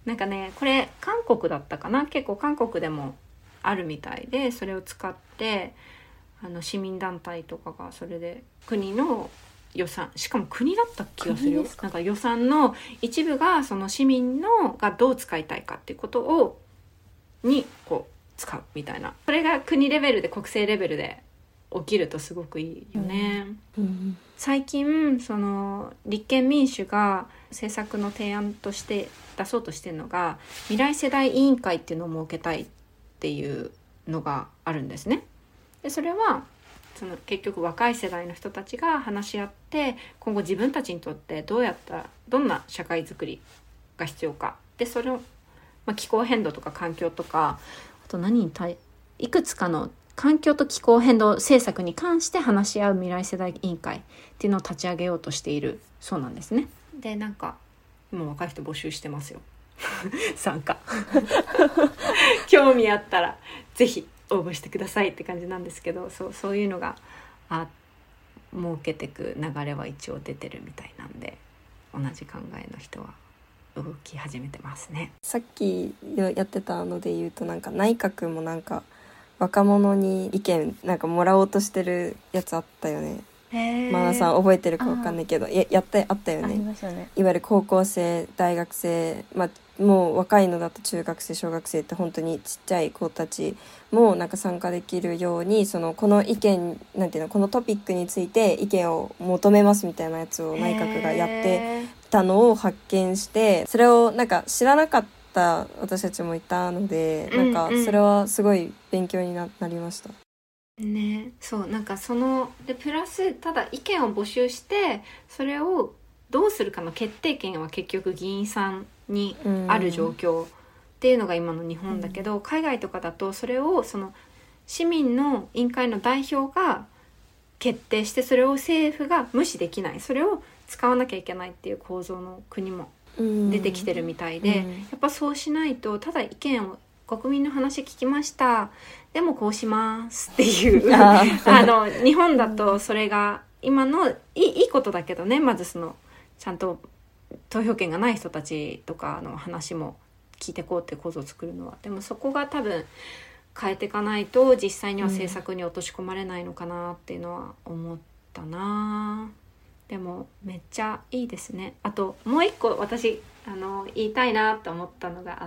なんかねこれ韓国だったかな、結構韓国でもあるみたいで、それを使って市民団体とかがそれで国の予算、しかも国だった気がするよ。なんか予算の一部がその市民のがどう使いたいかっていうことをにこう使うみたいな、それが国レベルで国政レベルで起きるとすごくいいよね、最近その立憲民主が政策の提案として出そうとしてるのが未来世代委員会っていうのを設けたいっていうのがあるんですね。でそれはその結局若い世代の人たちが話し合って今後自分たちにとってどんな社会づくりが必要かで、それを、気候変動とか環境とかあといくつかの環境と気候変動政策に関して話し合う未来世代委員会っていうのを立ち上げようとしているそうなんですね。でなんか今若い人募集してますよ参加興味あったらぜひ応募してくださいって感じなんですけど、そういうのが設けてく流れは一応出てるみたいなんで、同じ考えの人は動き始めてますね。 さっきやってたので言うと、なんか内閣もなんか若者に意見なんかもらおうとしてるやつあったよね。マナさん覚えてるか分かんないけど、あったよね。 ありましたね。 いわゆる高校生大学生、もう若いのだと中学生小学生って本当にちっちゃい子たちもなんか参加できるように、この意見なんていうの、このトピックについて意見を求めますみたいなやつを内閣がやってたのを発見して、それをなんか知らなかった私たちもいたので、なんかそれはすごい勉強になりましたね。そうなんかでプラスただ意見を募集してそれをどうするかの決定権は結局議員さんにある状況っていうのが今の日本だけど、海外とかだとそれをその市民の委員会の代表が決定して、それを政府が無視できない、それを使わなきゃいけないっていう構造の国も出てきてるみたいで、やっぱそうしないとただ意見を国民の話聞きましたでもこうしますっていう日本だとそれが今のいいことだけどね、まずちゃんと投票権がない人たちとかの話も聞いてこうっていう構造を作るのは、でもそこが多分変えていかないと実際には政策に落とし込まれないのかなっていうのは思ったな。でもめっちゃいいですね。あともう一個私言いたいなと思ったのがあって、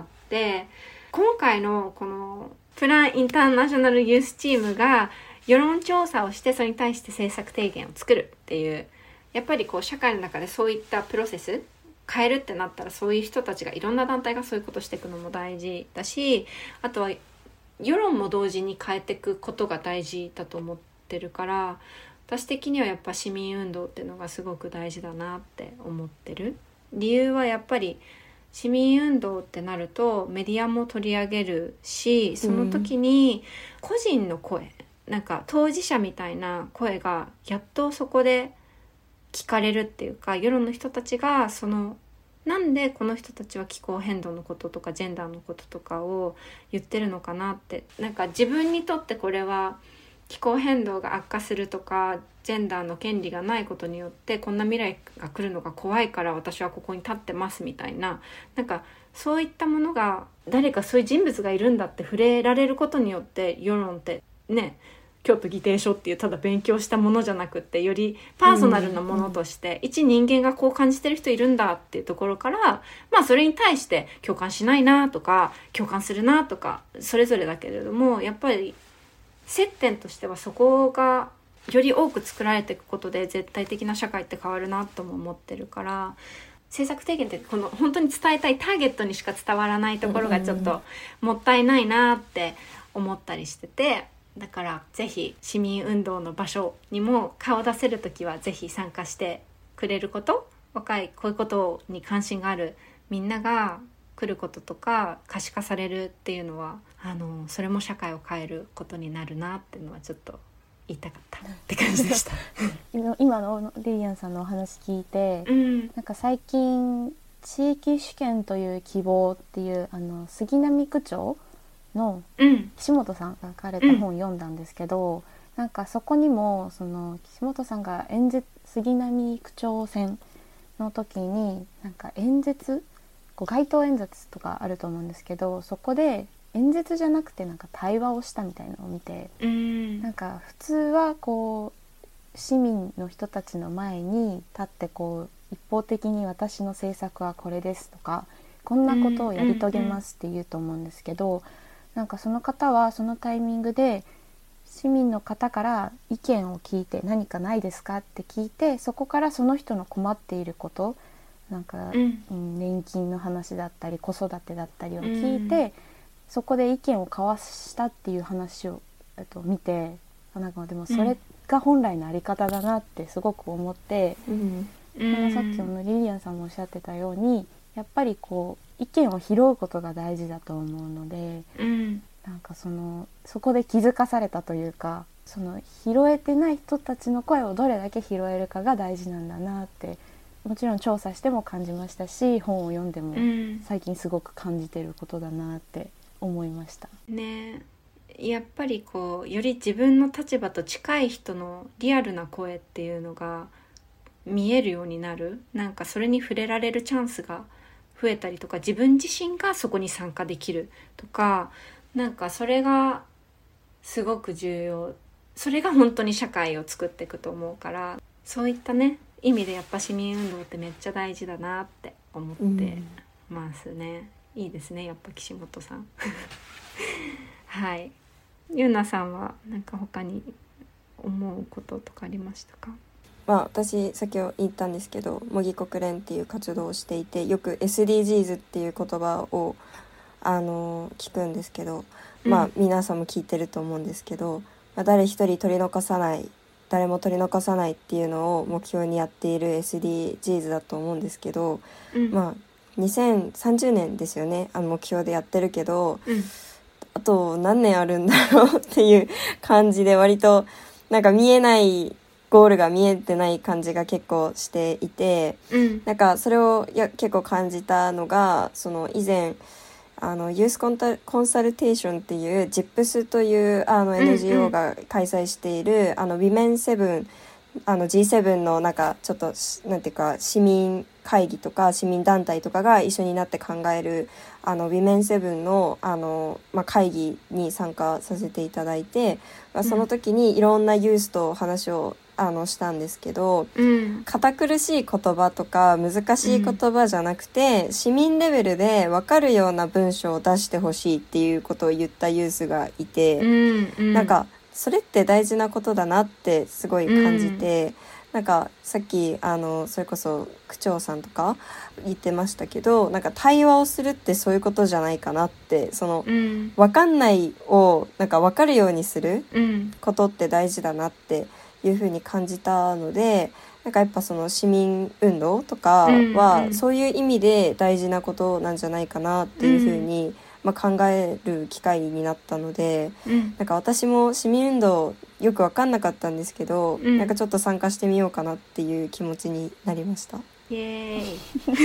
今回のこのプランインターナショナルユースチームが世論調査をしてそれに対して政策提言を作るっていう、やっぱりこう社会の中でそういったプロセス変えるってなったらそういう人たちがいろんな団体がそういうことしていくのも大事だし、あとは世論も同時に変えていくことが大事だと思ってるから、私的にはやっぱ市民運動っていうのがすごく大事だなって思ってる。理由はやっぱり市民運動ってなるとメディアも取り上げるし、その時に個人の声、なんか当事者みたいな声がやっとそこで聞かれるっていうか、世論の人たちがなんでこの人たちは気候変動のこととかジェンダーのこととかを言ってるのかなって、なんか自分にとってこれは気候変動が悪化するとかジェンダーの権利がないことによってこんな未来が来るのが怖いから私はここに立ってますみたいな、なんかそういったものが誰かそういう人物がいるんだって触れられることによって世論ってね、京都議定書っていうただ勉強したものじゃなくってよりパーソナルなものとして一人間がこう感じてる人いるんだっていうところから、それに対して共感しないなとか共感するなとかそれぞれだけれども、やっぱり接点としてはそこがより多く作られていくことで絶対的な社会って変わるなとも思ってるから、政策提言ってこの本当に伝えたいターゲットにしか伝わらないところがちょっともったいないなって思ったりしてて、だからぜひ市民運動の場所にも顔を出せるときはぜひ参加してくれること、若いこういうことに関心があるみんなが来ることとか可視化されるっていうのはそれも社会を変えることになるなっていうのはちょっと言いたかったって感じでした今のリリアンさんのお話聞いて、なんか最近地域主権という希望っていう杉並区長の岸本さんが書かれた本を読んだんですけど、なんかそこにも岸本さんが杉並区長選の時になんか演説こう街頭演説とかあると思うんですけど、そこで演説じゃなくてなんか対話をしたみたいなのを見て、なんか普通はこう市民の人たちの前に立ってこう一方的に私の政策はこれですとか、こんなことをやり遂げますって言うと思うんですけど、なんかその方はそのタイミングで市民の方から意見を聞いて、何かないですかって聞いて、そこからその人の困っていること、なんか、年金の話だったり子育てだったりを聞いて、そこで意見を交わしたっていう話を見て、なんかでもそれが本来のあり方だなってすごく思って、さっきのリリアンさんもおっしゃってたように、やっぱりこう意見を拾うことが大事だと思うので、なんかそこで気づかされたというか、その拾えてない人たちの声をどれだけ拾えるかが大事なんだなって、もちろん調査しても感じましたし、本を読んでも最近すごく感じてることだなって思いました。 ね、やっぱりこうより自分の立場と近い人のリアルな声っていうのが見えるようになる、なんかそれに触れられるチャンスが増えたりとか、自分自身がそこに参加できるとか、なんかそれがすごく重要、それが本当に社会を作っていくと思うから、そういったね意味でやっぱ市民運動ってめっちゃ大事だなって思ってますね。いいですね、やっぱ岸本さんはい、ゆうなさんはなんか他に思うこととかありましたか？ 私先ほど言ったんですけど、模擬国連っていう活動をしていて、よく SDGs っていう言葉を聞くんですけど、皆さんも聞いてると思うんですけど、誰一人取り残さない、誰も取り残さないっていうのを目標にやっている SDGs だと思うんですけど、2030年ですよね、目標でやってるけど、あと何年あるんだろうっていう感じで、割となんか見えないゴールが見えてない感じが結構していて、なんかそれを結構感じたのが、その以前ユースコンサルテーションっていう JIPS というNGO が開催しているWomen7 G7 のなんかちょっとなんていうか市民会議とか市民団体とかが一緒になって考えるWomen7 の会議に参加させていただいて、その時にいろんなユースと話をしたんですけど、堅苦しい言葉とか難しい言葉じゃなくて、市民レベルで分かるような文章を出してほしいっていうことを言ったユースがいて、なんかそれって大事なことだなってすごい感じて、なんかさっきそれこそ区長さんとか言ってましたけど、なんか対話をするってそういうことじゃないかなって、その、分かんないをなんか分かるようにすることって大事だなっていう風に感じたので、なんかやっぱその市民運動とかはそういう意味で大事なことなんじゃないかなっていう風に、考える機会になったので、なんか私も市民運動よく分かんなかったんですけど、なんかちょっと参加してみようかなっていう気持ちになりました。 イエーイ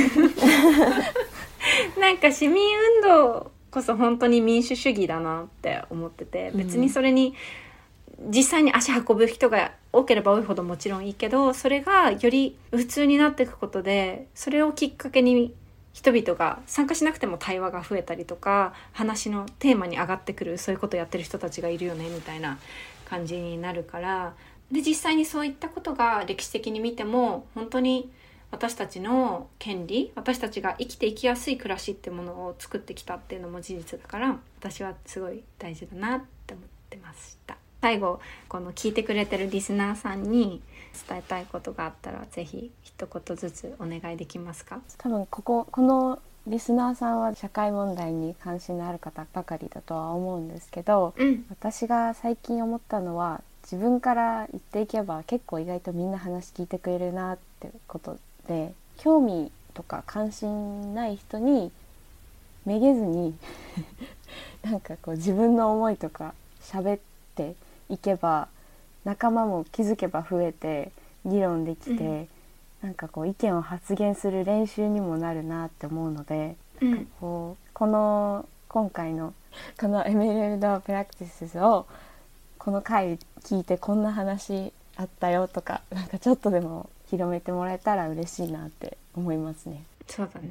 なんか市民運動こそ本当に民主主義だなって思ってて、別にそれに実際に足運ぶ人が多ければ多いほどもちろんいいけど、それがより普通になっていくことで、それをきっかけに人々が参加しなくても対話が増えたりとか、話のテーマに上がってくる、そういうことをやってる人たちがいるよねみたいな感じになるから、で実際にそういったことが歴史的に見ても本当に私たちの権利、私たちが生きていきやすい暮らしってものを作ってきたっていうのも事実だから、私はすごい大事だなって思ってました。最後、この聞いてくれてるリスナーさんに伝えたいことがあったら、ぜひ一言ずつお願いできますか？ 多分このリスナーさんは社会問題に関心のある方ばかりだとは思うんですけど、私が最近思ったのは、自分から言っていけば結構意外とみんな話聞いてくれるなってことで、興味とか関心ない人にめげずになんかこう自分の思いとか喋っていけば、仲間も気づけば増えて議論できて、なんかこう意見を発言する練習にもなるなって思うので、なんかこう今回のこのエメラルドプラクティスズをこの回聞いて、こんな話あったよとか、なんかちょっとでも広めてもらえたら嬉しいなって思いますね。 そうだね。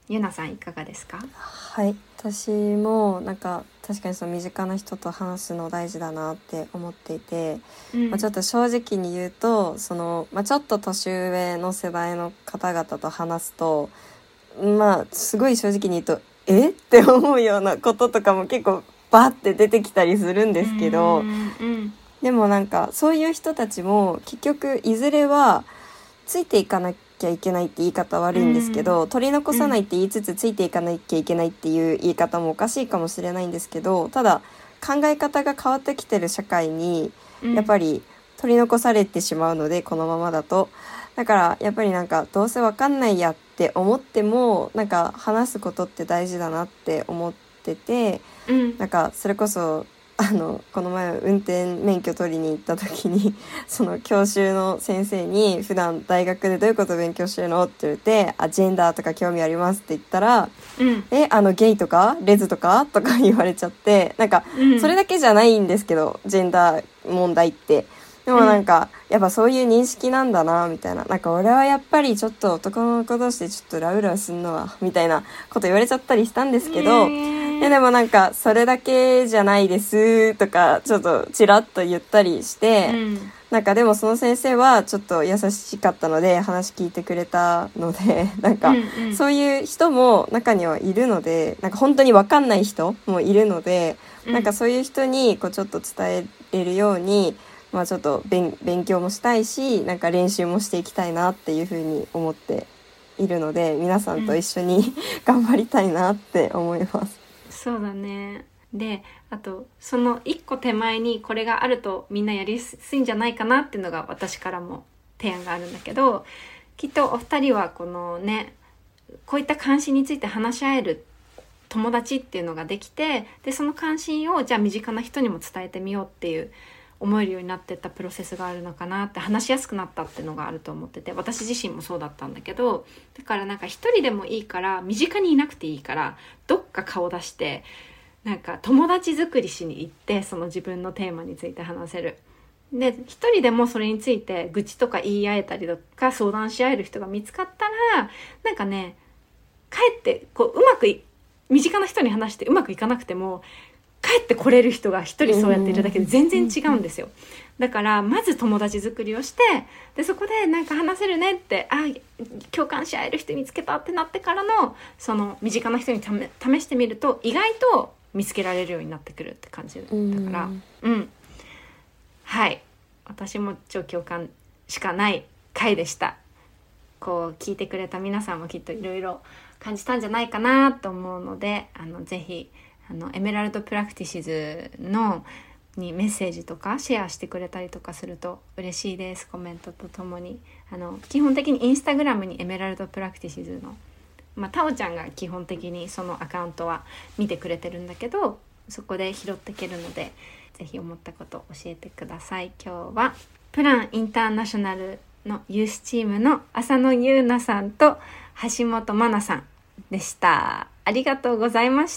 ゆなさんいかがですか？ はい、私もなんか確かにその身近な人と話すの大事だなって思っていて、ちょっと正直に言うとその、ちょっと年上の世代の方々と話すとすごい正直に言うとって思うようなこととかも結構バーって出てきたりするんですけど、でもなんかそういう人たちも結局いずれはついていかなきゃいけないって言い方悪いんですけど、取り残さないって言いつつついていかなきゃいけないっていう言い方もおかしいかもしれないんですけど、ただ考え方が変わってきてる社会にやっぱり取り残されてしまうので、このままだと。だからやっぱりなんかどうせわかんないやって思ってもなんか話すことって大事だなって思ってて、なんかそれこそこの前運転免許取りに行った時にその教習の先生に普段大学でどういうことを勉強してるのって言ってジェンダーとか興味ありますって言ったら、ゲイとかレズとか言われちゃって、なんかそれだけじゃないんですけど、ジェンダー問題ってでもなんかやっぱそういう認識なんだなみたいな、なんか俺はやっぱりちょっと男の子同士でちょっとラブラブすんのはみたいなこと言われちゃったりしたんですけど、でもなんかそれだけじゃないですとかちょっとチラッと言ったりして、なんかでもその先生はちょっと優しかったので話聞いてくれたので、なんかそういう人も中にはいるので、なんか本当に分かんない人もいるので、なんかそういう人にこうちょっと伝えれるようにちょっと勉強もしたいし、なんか練習もしていきたいなっていうふうに思っているので、皆さんと一緒に頑張りたいなって思います。 そうだね。で、あとその一個手前にこれがあるとみんなやりやすいんじゃないかなっていうのが私からも提案があるんだけど、きっとお二人はこのね、こういった関心について話し合える友達っていうのができて、でその関心をじゃあ身近な人にも伝えてみようっていう思えるようになっていったプロセスがあるのかなって、話しやすくなったっていうのがあると思ってて、私自身もそうだったんだけど、だからなんか一人でもいいから身近にいなくていいからどっか顔出してなんか友達作りしに行って、その自分のテーマについて話せる。で一人でもそれについて愚痴とか言い合えたりとか相談し合える人が見つかったら、なんかね、かえってこううまく身近な人に話してうまくいかなくても帰ってこれる人が一人そうやっているだけで全然違うんですよ。だからまず友達作りをして、でそこでなんか話せるねって、共感し合える人見つけたってなってからのその身近な人に試してみると意外と見つけられるようになってくるって感じだから、はい、私も超共感しかない回でした。こう聞いてくれた皆さんもきっといろいろ感じたんじゃないかなと思うので、ぜひエメラルドプラクティシズにメッセージとかシェアしてくれたりとかすると嬉しいです。コメントとともに基本的にインスタグラムにエメラルドプラクティシズの、タオちゃんが基本的にそのアカウントは見てくれてるんだけど、そこで拾っていけるので、ぜひ思ったこと教えてください。今日はプランインターナショナルのユースチームの浅野優奈さんと橋本真奈さんでした。ありがとうございました。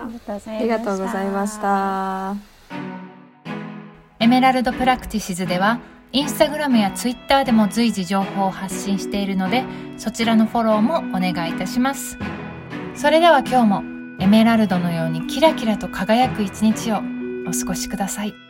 ありがとうございました。 エメラルドプラクティシズではインスタグラムやツイッターでも随時情報を発信しているので、そちらのフォローもお願いいたします。それでは今日もエメラルドのようにキラキラと輝く一日をお過ごしください。